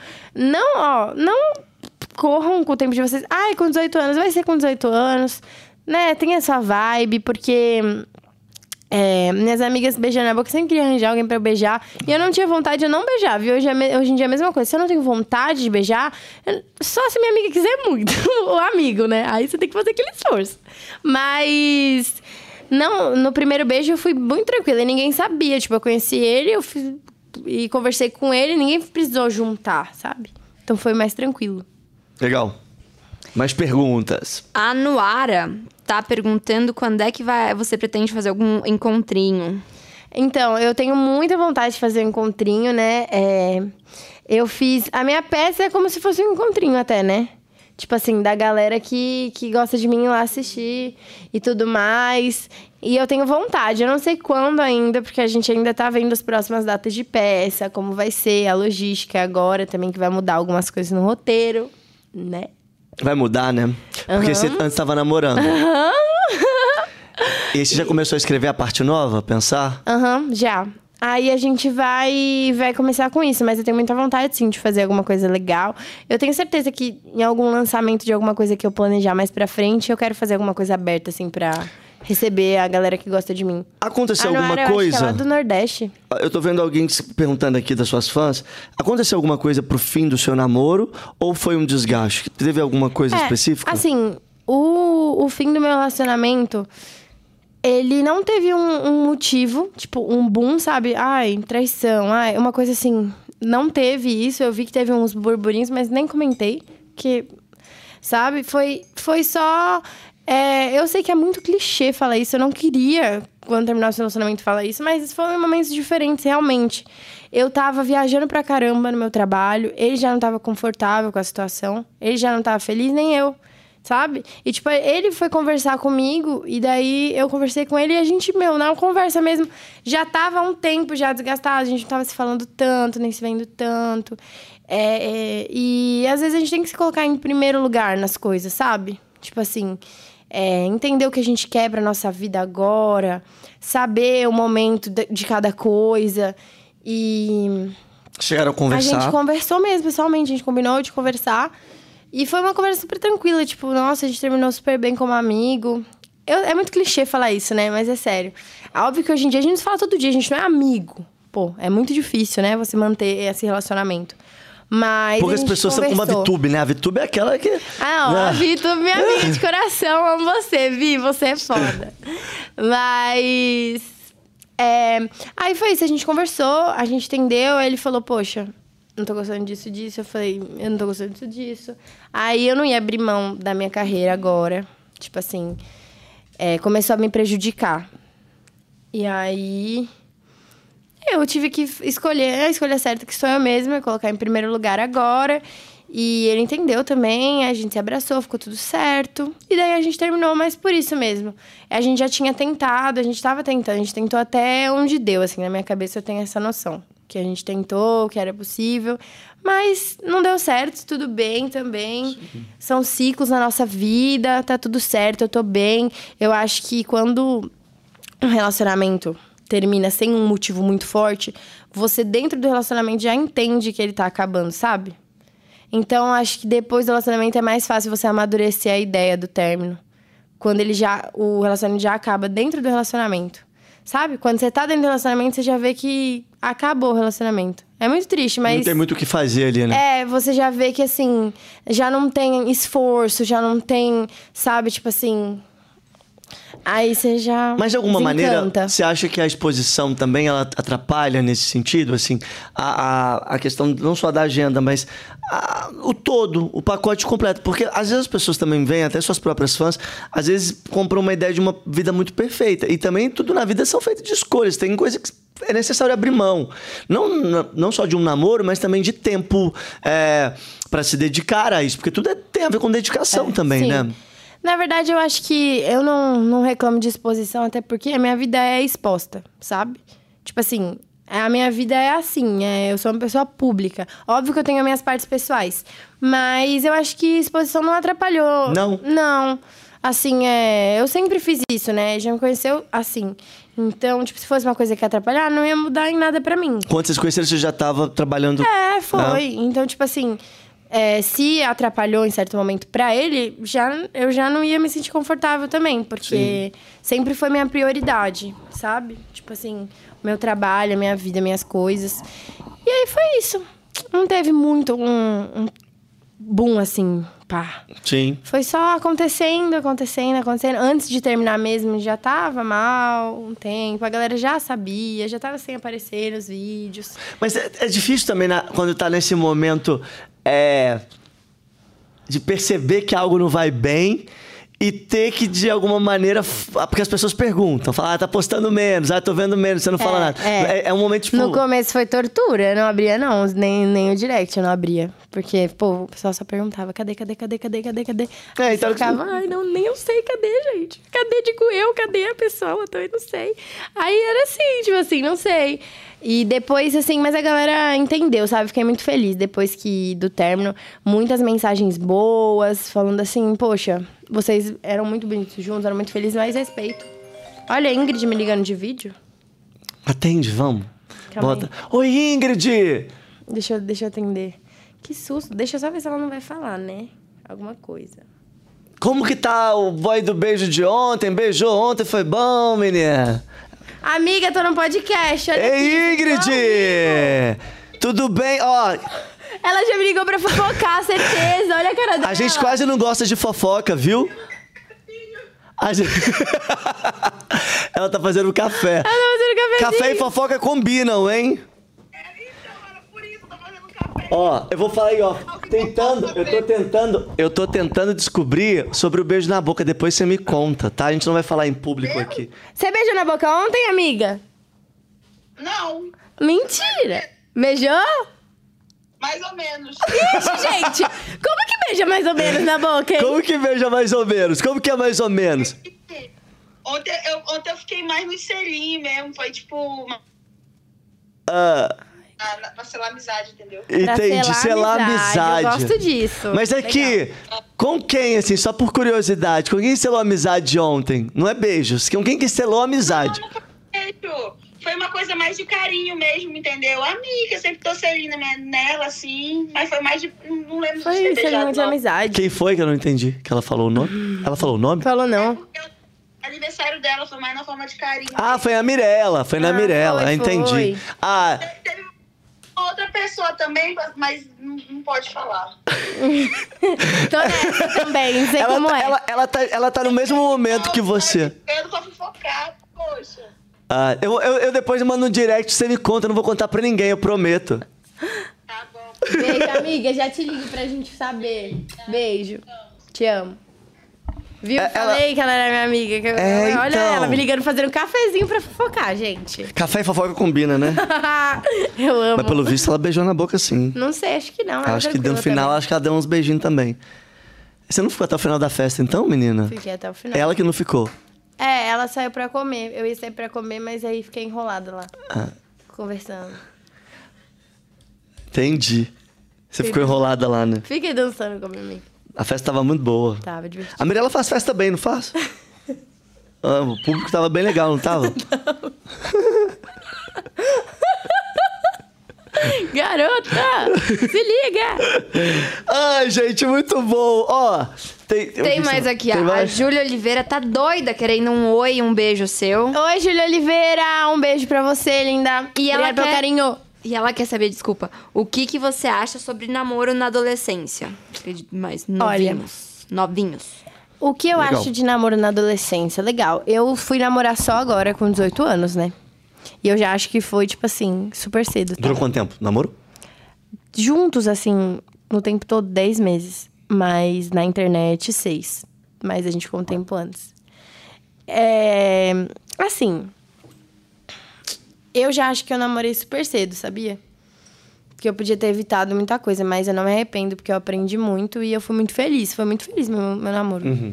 Não corram com o tempo de vocês. Ai, com 18 anos. Vai ser com 18 anos. Né? Tem essa vibe, porque... minhas amigas beijando na boca, sempre queria arranjar alguém pra eu beijar. E eu não tinha vontade, eu não beijava. E hoje em dia é a mesma coisa. Se eu não tenho vontade de beijar, só se minha amiga quiser muito. O amigo, né? Aí você tem que fazer aquele esforço. Mas Não, no primeiro beijo eu fui muito tranquila e ninguém sabia. Tipo, eu conheci ele, e conversei com ele, ninguém precisou juntar, sabe? Então foi mais tranquilo.
Legal. Mais perguntas.
A Nuara tá perguntando quando é que você pretende fazer algum encontrinho.
Então, eu tenho muita vontade de fazer um encontrinho, né? Eu fiz... A minha peça é como se fosse um encontrinho até, né? Tipo assim, da galera que gosta de mim ir lá assistir e tudo mais. E eu tenho vontade. Eu não sei quando ainda, porque a gente ainda tá vendo as próximas datas de peça, como vai ser, a logística agora também, que vai mudar algumas coisas no roteiro, né?
Vai mudar, né? Porque você antes tava namorando. E aí você já começou a escrever a parte nova, pensar?
Já. Aí a gente vai começar com isso, mas eu tenho muita vontade, sim, de fazer alguma coisa legal. Eu tenho certeza que em algum lançamento de alguma coisa que eu planejar mais pra frente, eu quero fazer alguma coisa aberta, assim, pra receber a galera que gosta de mim.
Aconteceu alguma
Nuara,
coisa?
Eu acho que é lá do Nordeste.
Eu tô vendo alguém perguntando aqui das suas fãs. Aconteceu alguma coisa pro fim do seu namoro? Ou foi um desgaste? Teve alguma coisa específica?
Assim, o fim do meu relacionamento... Ele não teve um motivo, tipo, um boom, sabe? Ai, traição, ai, uma coisa assim. Não teve isso, eu vi que teve uns burburinhos, mas nem comentei. Que, sabe? Foi só... eu sei que é muito clichê falar isso, eu não queria, quando terminar o relacionamento, falar isso. Mas foram momentos diferentes, realmente. Eu tava viajando pra caramba no meu trabalho, ele já não tava confortável com a situação, ele já não tava feliz, nem eu. Sabe? E, tipo, ele foi conversar comigo e daí eu conversei com ele e a gente, na conversa mesmo, já tava há um tempo já desgastado, a gente não tava se falando tanto, nem se vendo tanto. E às vezes a gente tem que se colocar em primeiro lugar nas coisas, sabe? Tipo assim, entender o que a gente quer pra nossa vida agora, saber o momento de cada coisa e...
Chegaram a conversar?
A gente conversou mesmo, pessoalmente, a gente combinou de conversar. E foi uma conversa super tranquila, tipo, nossa, a gente terminou super bem como amigo. É muito clichê falar isso, né? Mas é sério. É óbvio que hoje em dia a gente não se fala todo dia, a gente não é amigo. Pô, é muito difícil, né? Você manter esse relacionamento. Mas
porque as pessoas são como a VTube, né? A VTube é aquela que...
A VTube, minha amiga de coração, amo você, Vi, você é foda. Mas... Aí foi isso, a gente conversou, a gente entendeu, aí ele falou, poxa... não tô gostando disso. Eu falei, eu não tô gostando disso. Aí eu não ia abrir mão da minha carreira agora. Tipo assim, começou a me prejudicar. E aí, eu tive que escolher a escolha certa, que sou eu mesma, colocar em primeiro lugar agora. E ele entendeu também, a gente se abraçou, ficou tudo certo. E daí a gente terminou, mas por isso mesmo. A gente já tinha tentado, a gente tava tentando. A gente tentou até onde deu, assim, na minha cabeça eu tenho essa noção. Que a gente tentou, que era possível. Mas não deu certo, tudo bem também. Sim. São ciclos na nossa vida, tá tudo certo, eu tô bem. Eu acho que quando um relacionamento termina sem um motivo muito forte, você dentro do relacionamento já entende que ele tá acabando, sabe? Então, acho que depois do relacionamento é mais fácil você amadurecer a ideia do término. Quando o relacionamento já acaba dentro do relacionamento. Sabe? Quando você tá dentro do relacionamento, você já vê que acabou o relacionamento. É muito triste, mas...
não tem muito o que fazer ali, né?
Você já vê que, assim, já não tem esforço, já não tem, sabe? Tipo assim... Aí você já...
Mas de alguma maneira, você acha que a exposição também ela atrapalha nesse sentido? Assim, a questão não só da agenda, mas o todo, o pacote completo. Porque às vezes as pessoas também veem, até suas próprias fãs, às vezes compram uma ideia de uma vida muito perfeita. E também tudo na vida são feitas de escolhas. Tem coisa que é necessário abrir mão. Não só de um namoro, mas também de tempo para se dedicar a isso. Porque tudo tem a ver com dedicação também,
sim.
Né?
Na verdade, eu acho que eu não reclamo de exposição, até porque a minha vida é exposta, sabe? Tipo assim, a minha vida é assim, eu sou uma pessoa pública. Óbvio que eu tenho as minhas partes pessoais, mas eu acho que exposição não atrapalhou.
Não?
Não. Assim, eu sempre fiz isso, né? Já me conheceu assim. Então, tipo, se fosse uma coisa que ia atrapalhar, não ia mudar em nada pra mim.
Quando vocês conheceram, você já tava trabalhando...
foi. Então, tipo assim... se atrapalhou em certo momento pra ele, eu já não ia me sentir confortável também. Porque sempre foi minha prioridade, sabe? Tipo assim, o meu trabalho, a minha vida, minhas coisas. E aí foi isso. Não teve muito boom, assim, pá.
Sim.
Foi só acontecendo. Antes de terminar mesmo, já tava mal um tempo. A galera já sabia, já tava sem aparecer nos vídeos.
Mas é difícil também, quando tá nesse momento, de perceber que algo não vai bem e ter que, de alguma maneira... Porque as pessoas perguntam, falam, tá postando menos, tô vendo menos, você não fala nada. É um momento, tipo...
No começo foi tortura, eu não abria não, nem o direct eu não abria. Porque, pô, o pessoal só perguntava, cadê?
Então...
Eu ficava, nem eu sei, cadê, gente? Cadê, digo eu, cadê a pessoa? Eu também não sei. Aí era assim, tipo assim, não sei. E depois, assim, mas a galera entendeu, sabe? Fiquei muito feliz depois do término. Muitas mensagens boas, falando assim, poxa, vocês eram muito bonitos juntos, eram muito felizes, mas respeito. Olha a Ingrid me ligando de vídeo.
Atende, vamos.
Calma
Bota. Oi, Ingrid!
Deixa eu atender. Que susto. Deixa eu só ver se ela não vai falar, né? Alguma coisa.
Como que tá o boy do beijo de ontem? Beijou ontem, foi bom, menina?
Amiga, tô no podcast. Olha
Ei, Ingrid! Tudo bem? Ó...
Ela já me ligou pra fofocar, certeza. Olha a cara dela.
A gente quase não gosta de fofoca, viu? Ela tá fazendo café. Café e fofoca combinam, hein? Ó, eu vou falar aí, ó. Eu tô tentando descobrir sobre o beijo na boca. Depois você me conta, tá? A gente não vai falar em público aqui.
Você beijou na boca ontem, amiga?
Não.
Mentira. Beijou?
Mais ou menos.
Ixi, gente. Como que beija mais ou menos na boca, hein?
Como que beija mais ou menos? Como que é mais ou menos?
Ontem eu fiquei mais no selinho mesmo. Foi tipo... Pra selar amizade, entendeu?
Entendi, selar amizade.
Eu gosto disso.
Mas aqui, com quem, assim, só por curiosidade, com quem selou amizade ontem? Não é beijos. Com quem que selou amizade?
Não foi beijo. Foi uma coisa mais de carinho mesmo, entendeu? Amiga, eu sempre tô selinho nela, assim. Mas foi mais de... Não lembro
foi
de ter beijado,
de amizade.
Quem foi que eu não entendi? Que ela falou o nome? Ela falou o nome?
Falou não.
Aniversário dela foi mais na forma de carinho.
Foi a Mirella. Foi na Mirella. Entendi.
Teve outra pessoa também, mas não pode falar.
Tô nessa também, sei como é.
Ela tá no mesmo momento que você.
Eu não vou fofocar, poxa.
Eu depois mando no direct, você me conta, eu não vou contar pra ninguém, eu prometo.
Tá bom.
Beijo, amiga, já te ligo pra gente saber. Beijo. Te amo. Viu? Falei que ela era minha amiga. Olha
então.
ela me ligando fazendo um cafezinho pra fofocar, gente.
Café e fofoca combina, né?
Eu amo.
Mas pelo visto ela beijou na boca, sim.
Não sei, acho que não.
Acho que no final,
também.
acho que ela deu uns beijinhos também. Você não ficou até o final da festa, então, menina?
Fiquei até o final.
Ela que não ficou.
Ela saiu pra comer. Eu ia sair pra comer, mas aí fiquei enrolada lá. Conversando.
Entendi. Você ficou enrolada lá, né?
Fiquei dançando com a minha amiga.
A festa tava muito boa.
Tava divertido.
A Mirella faz festa bem, não faz? O público tava bem legal, não tava?
Não. Garota, se liga!
Ai, gente, muito bom. Ó,
tem mais aqui, ó. A Júlia Oliveira tá doida querendo um oi, um beijo seu.
Oi, Júlia Oliveira, um beijo pra você, linda.
E ela
pelo carinho.
E ela quer saber, desculpa, o que você acha sobre namoro na adolescência? Mais novinhos.
O que eu acho de namoro na adolescência? Legal. Eu fui namorar só agora, com 18 anos, né? E eu já acho que foi, tipo assim, super cedo. Tá?
Durou quanto tempo? Namoro?
Juntos, assim, no tempo todo, 10 meses. Mas na internet, 6. Mas a gente ficou um tempo antes. Assim... Eu já acho que eu namorei super cedo, sabia? Porque eu podia ter evitado muita coisa, mas eu não me arrependo, porque eu aprendi muito e eu fui muito feliz. Foi muito feliz meu namoro.
Uhum.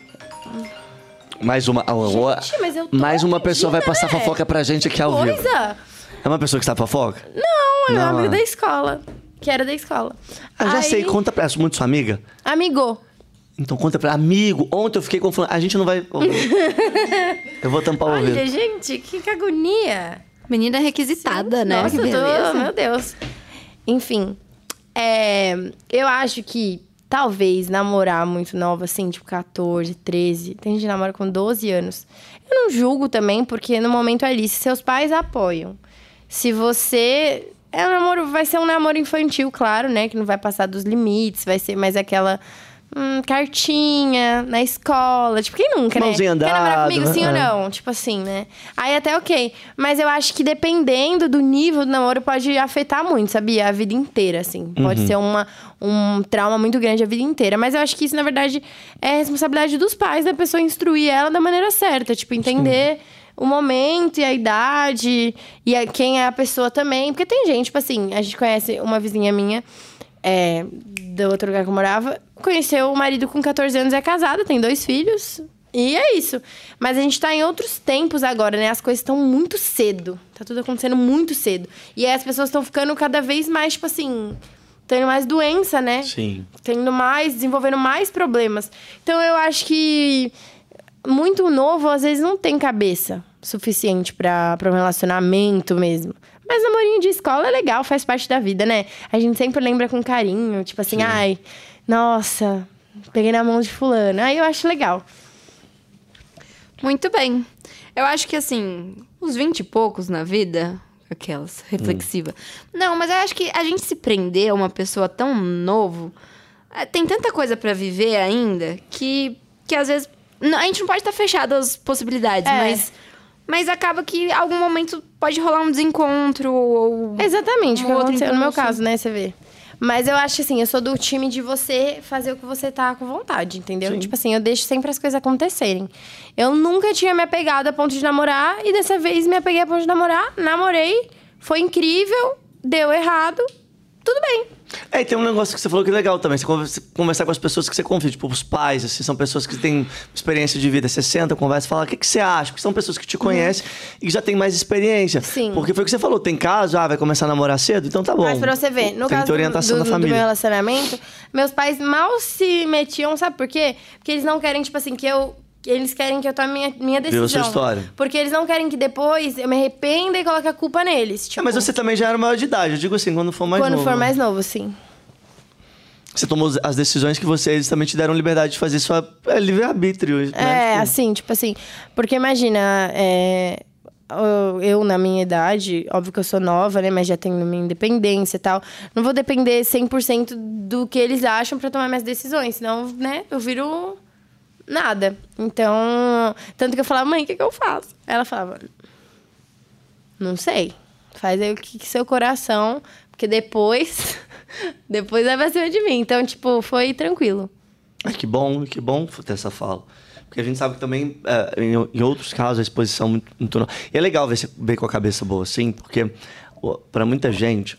Mais uma...
Gente, mas eu tô
mais uma pessoa vai passar fofoca pra gente aqui ao vivo. É uma pessoa que sabe fofoca?
Não, é meu amigo da escola. Que era da escola.
Já sei, conta pra ela. Muito sua amiga?
Amigo.
Então conta pra ela. Amigo, ontem eu fiquei confuso. A gente não vai... Eu vou tampar o ouvido.
Olha, gente, que agonia.
Menina requisitada, né?
Nossa,
que beleza.
Meu Deus. Enfim, eu acho que talvez namorar muito nova, assim, tipo 14, 13... Tem gente que namora com 12 anos. Eu não julgo também, porque no momento ali, se seus pais apoiam, se você vai ser um namoro infantil, claro, né? Que não vai passar dos limites, vai ser mais aquela cartinha na escola. Tipo, quem nunca,
Mãozinha
né? Quer namorar comigo,
né?
sim ou não? Tipo assim, né? Aí até ok. Mas eu acho que dependendo do nível do namoro, pode afetar muito, sabia? A vida inteira, assim. Pode ser um trauma muito grande a vida inteira. Mas eu acho que isso, na verdade, é responsabilidade dos pais da pessoa instruir ela da maneira certa. Tipo, entender o momento e a idade e quem é a pessoa também. Porque tem gente, tipo assim, a gente conhece uma vizinha minha, do outro lugar que eu morava, conheceu o marido com 14 anos, é casada, tem 2 filhos. E é isso. Mas a gente tá em outros tempos agora, né? As coisas estão muito cedo. Tá tudo acontecendo muito cedo. E aí as pessoas estão ficando cada vez mais, tipo assim, tendo mais doença, né?
Sim.
Desenvolvendo mais problemas. Então eu acho que muito novo, às vezes, não tem cabeça suficiente pra um relacionamento mesmo. Mas namorinho de escola é legal, faz parte da vida, né? A gente sempre lembra com carinho, tipo assim, ai, nossa, peguei na mão de fulano. Aí eu acho legal.
Muito bem. Eu acho que, assim, uns 20 e poucos na vida, aquelas, reflexiva. Não, mas eu acho que a gente se prender a uma pessoa tão novo, tem tanta coisa pra viver ainda, que às vezes, a gente não pode estar fechado às possibilidades, mas acaba que em algum momento pode rolar um desencontro ou...
Exatamente, o que aconteceu no meu
impulso.
caso, né? Você vê. Mas eu acho assim, eu sou do time de você fazer o que você tá com vontade, entendeu?
Sim.
Tipo assim, eu deixo sempre as coisas acontecerem. Eu nunca tinha me apegado a ponto de namorar, e dessa vez me apeguei a ponto de namorar, namorei, foi incrível, deu errado, tudo bem.
E tem um negócio que você falou que é legal também. Você conversar com as pessoas que você confia. Tipo, os pais, assim, são pessoas que têm experiência de vida. Você senta, conversa, fala, o que você acha? Porque são pessoas que te conhecem e que já têm mais experiência.
Sim.
Porque foi o que você falou. Tem caso, vai começar a namorar cedo? Então tá bom.
Mas pra você ver, no
tem
caso
orientação da
do
família.
meu relacionamento, meus pais mal se metiam, sabe por quê? Porque eles não querem, tipo assim, eles querem que eu tome minha decisão.
Viu a sua história.
Porque eles não querem que depois eu me arrependa e coloque a culpa neles. Tipo,
Mas você também já era maior de idade. Eu digo assim, quando for mais novo.
Quando for mais novo, sim.
Você tomou as decisões que eles também te deram liberdade de fazer sua livre-arbítrio. Né? Tipo...
assim, tipo assim. Porque imagina, eu na minha idade, óbvio que eu sou nova, né? Mas já tenho minha independência e tal. Não vou depender 100% do que eles acham pra tomar minhas decisões. Senão, né, eu viro nada. Então, tanto que eu falava, mãe, o que eu faço? Ela falava, não sei. Faz aí o que seu coração... Porque depois vai pra cima de mim. Então, tipo, foi tranquilo.
Que bom ter essa fala. Porque a gente sabe que também, em outros casos, a exposição muito... E é legal ver com a cabeça boa, assim, porque pra muita gente...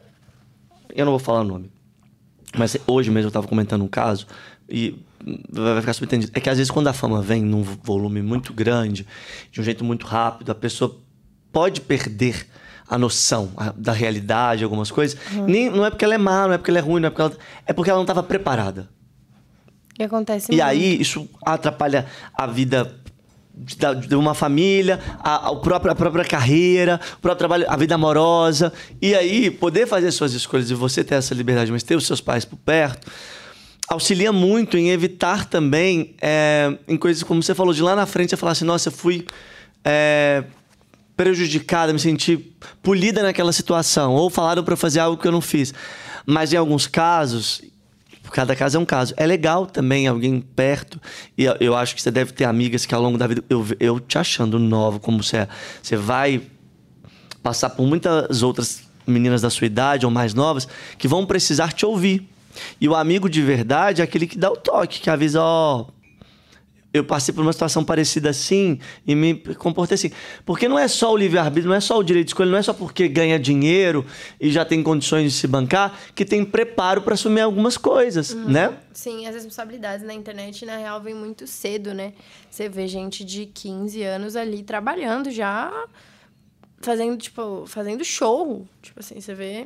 Eu não vou falar o nome. Mas hoje mesmo eu tava comentando um caso e vai ficar subentendido. É que às vezes quando a fama vem num volume muito grande, de um jeito muito rápido, a pessoa pode perder a noção da realidade, algumas coisas. Não é porque ela é má, não é porque ela é ruim, não é porque ela não estava preparada.
E acontece
E
muito.
aí, isso atrapalha a vida de uma família, a própria carreira, o próprio trabalho, a vida amorosa. E aí, poder fazer suas escolhas e você ter essa liberdade, mas ter os seus pais por perto, auxilia muito em evitar também, em coisas como você falou, de lá na frente, você falar assim, nossa, eu fui... prejudicada, me senti polida naquela situação, ou falaram para eu fazer algo que eu não fiz. Mas em alguns casos, cada caso é um caso, é legal também alguém perto, e eu acho que você deve ter amigas que ao longo da vida, eu te achando nova como você é, você vai passar por muitas outras meninas da sua idade ou mais novas que vão precisar te ouvir. E o amigo de verdade é aquele que dá o toque, que avisa, eu passei por uma situação parecida assim e me comportei assim. Porque não é só o livre-arbítrio, não é só o direito de escolha, não é só porque ganha dinheiro e já tem condições de se bancar que tem preparo para assumir algumas coisas, né?
Sim, as responsabilidades na internet, na real, vem muito cedo, né? Você vê gente de 15 anos ali trabalhando já, fazendo show. Tipo assim, você vê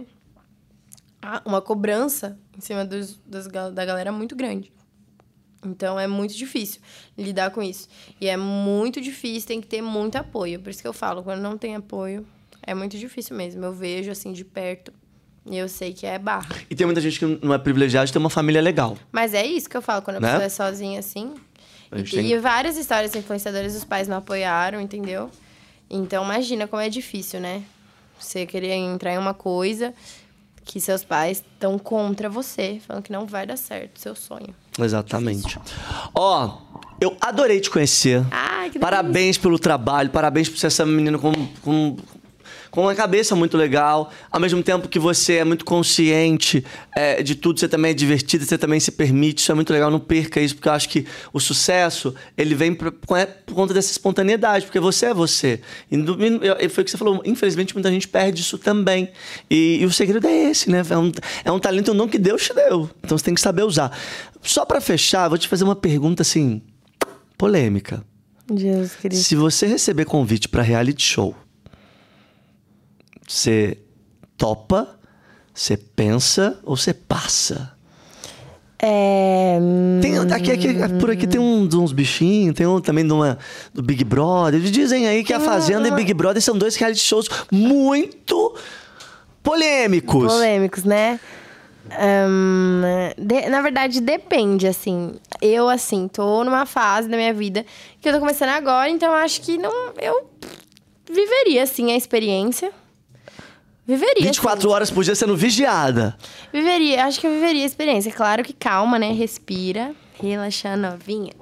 uma cobrança em cima da galera muito grande. Então, é muito difícil lidar com isso. E é muito difícil, tem que ter muito apoio. Por isso que eu falo, quando não tem apoio, é muito difícil mesmo. Eu vejo, assim, de perto, e eu sei que é barra.
E tem muita gente que não é privilegiada de ter uma família legal.
Mas é isso que eu falo, quando a pessoa é sozinha, assim. E várias histórias influenciadoras, os pais não apoiaram, entendeu? Então, imagina como é difícil, né? Você querer entrar em uma coisa que seus pais estão contra você, falando que não vai dar certo, seu sonho.
Exatamente. Ó, eu adorei te conhecer.
Ai, que
parabéns pelo trabalho, parabéns por ser essa menina com uma cabeça muito legal. Ao mesmo tempo que você é muito consciente de tudo, você também é divertida, você também se permite. Isso é muito legal, não perca isso, porque eu acho que o sucesso, ele vem por conta dessa espontaneidade, porque você é você. E foi o que você falou, infelizmente muita gente perde isso também. E o segredo é esse, né? É um talento, um dom que Deus te deu. Então você tem que saber usar. Só pra fechar, vou te fazer uma pergunta assim, polêmica.
Jesus Cristo.
Se você receber convite pra reality show, você topa, você pensa ou você passa? Por aqui tem uns bichinhos, tem também do Big Brother. Eles dizem aí que a Fazenda e Big Brother são 2 reality shows muito polêmicos.
Polêmicos, né? Na verdade, depende, assim. Eu, assim, tô numa fase da minha vida que eu tô começando agora, então eu acho que eu viveria, assim, a experiência. Viveria.
24 horas por dia sendo vigiada.
Acho que eu viveria a experiência. Claro que calma, né? Respira. Relaxando, novinha.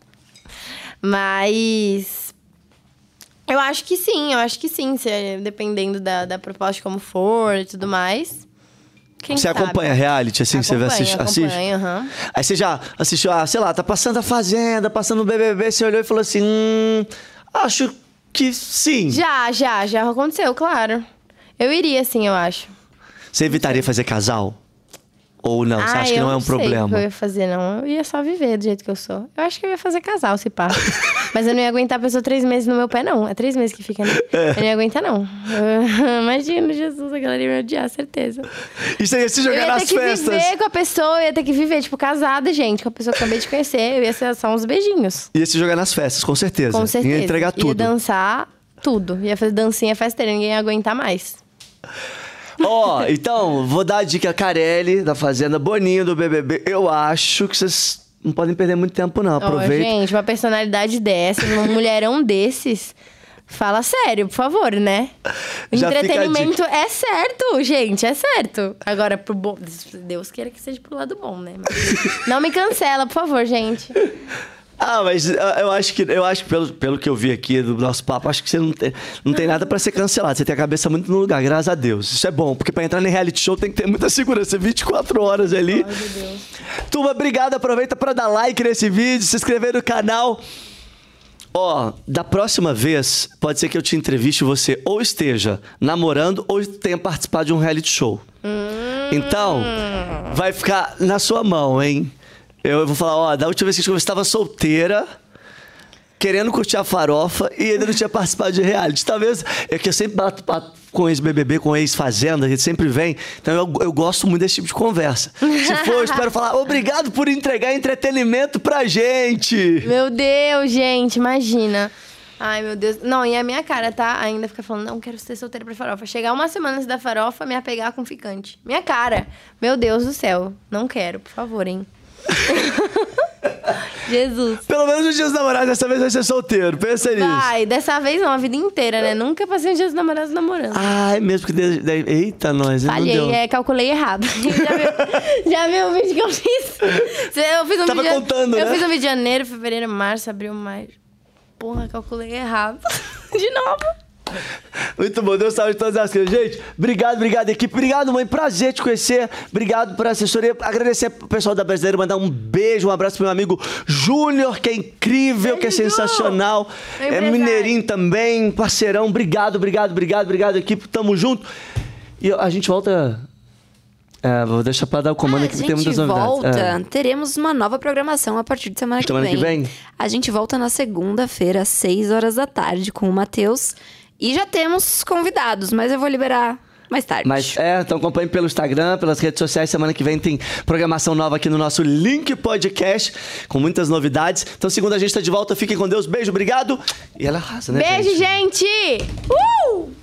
Mas eu acho que sim. Dependendo da proposta como for e tudo mais.
Você acompanha reality, assim? Você assiste?
Acompanho.
Aí você já assistiu, sei lá, tá passando a Fazenda, passando o BBB, você olhou e falou assim, acho que sim.
Já aconteceu, claro. Eu iria, sim, eu acho.
Você evitaria fazer casal? Ou não? Você acha que não é um problema?
Eu não sei o que eu ia fazer, não. Eu ia só viver do jeito que eu sou. Eu acho que eu ia fazer casal, se pá. Mas eu não ia aguentar a pessoa 3 meses no meu pé, não. É 3 meses que fica, né? Eu não ia aguentar, não. Imagina, Jesus, a galera ia me odiar, certeza.
E você ia se jogar nas festas? Eu ia ter que
viver com a pessoa, eu ia ter que viver, tipo, casada, gente. Com a pessoa que eu acabei de conhecer. Eu ia ser só uns beijinhos.
Ia se jogar nas festas, com certeza.
Com certeza.
Ia entregar tudo.
Ia dançar tudo. Ia fazer dancinha festeira, ninguém ia aguentar mais.
Então, vou dar a dica. Carelli, da Fazenda, Boninho, do BBB. Eu acho que vocês não podem perder muito tempo, não. Aproveita.
Gente, uma personalidade dessa, um mulherão desses... Fala sério, por favor, né? Entretenimento é certo, gente, é certo. Agora, pro bom... Deus queira que seja pro lado bom, né? Mas não me cancela, por favor, gente.
Mas eu acho que pelo que eu vi aqui do nosso papo, acho que você não tem nada pra ser cancelado. Você tem a cabeça muito no lugar, graças a Deus. Isso é bom, porque pra entrar em reality show tem que ter muita segurança. 24 horas ali. Ai, meu Deus. Turma, obrigado. Aproveita pra dar like nesse vídeo, se inscrever no canal. Da próxima vez, pode ser que eu te entreviste e você ou esteja namorando ou tenha participado de um reality show. Então, vai ficar na sua mão, hein? Eu vou falar, da última vez que a gente estava solteira, querendo curtir a farofa e ainda não tinha participado de reality. Talvez, é que eu sempre bato com ex-BBB, com ex-Fazenda, a gente sempre vem. Então eu gosto muito desse tipo de conversa. Se for, eu espero falar, obrigado por entregar entretenimento pra gente.
Meu Deus, gente, imagina. Ai, meu Deus. Não, e a minha cara, tá? Ainda fica falando, não quero ser solteira pra farofa. Chegar uma semana antes da farofa, me apegar com ficante. Minha cara. Meu Deus do céu. Não quero, por favor, hein? Jesus.
Pelo menos os dias dos namorados, dessa vez vai ser solteiro. Pensa nisso.
Vai, dessa vez não, a vida inteira, né? Nunca passei um dia dos namorados namorando.
É mesmo que... Eita, nós.
Falhei, calculei errado. Já viu o vídeo que eu fiz? Eu fiz um
Tava
vídeo...
contando,
Eu
né?
fiz um vídeo de janeiro, fevereiro, março, abril, maio. Porra, calculei errado. De novo.
Muito bom, Deus salve todas as crianças. Gente, obrigado, equipe. Obrigado, mãe. Prazer te conhecer. Obrigado por assessoria. Agradecer pro pessoal da Brasileira. Mandar um beijo, um abraço pro meu amigo Júnior, que é incrível, que é sensacional. É mineirinho também, parceirão. Obrigado, equipe. Tamo junto. E a gente volta... vou deixar pra dar o comando aqui, porque tem muitas novidades.
Teremos uma nova programação a partir de semana que vem. A gente volta na segunda-feira, às 6 horas da tarde, com o Matheus. E já temos convidados, mas eu vou liberar mais tarde.
Então acompanhe pelo Instagram, pelas redes sociais. Semana que vem tem programação nova aqui no nosso Link Podcast, com muitas novidades. Então segunda a gente tá de volta. Fiquem com Deus. Beijo, obrigado. E ela arrasa, né,
Beijo, gente!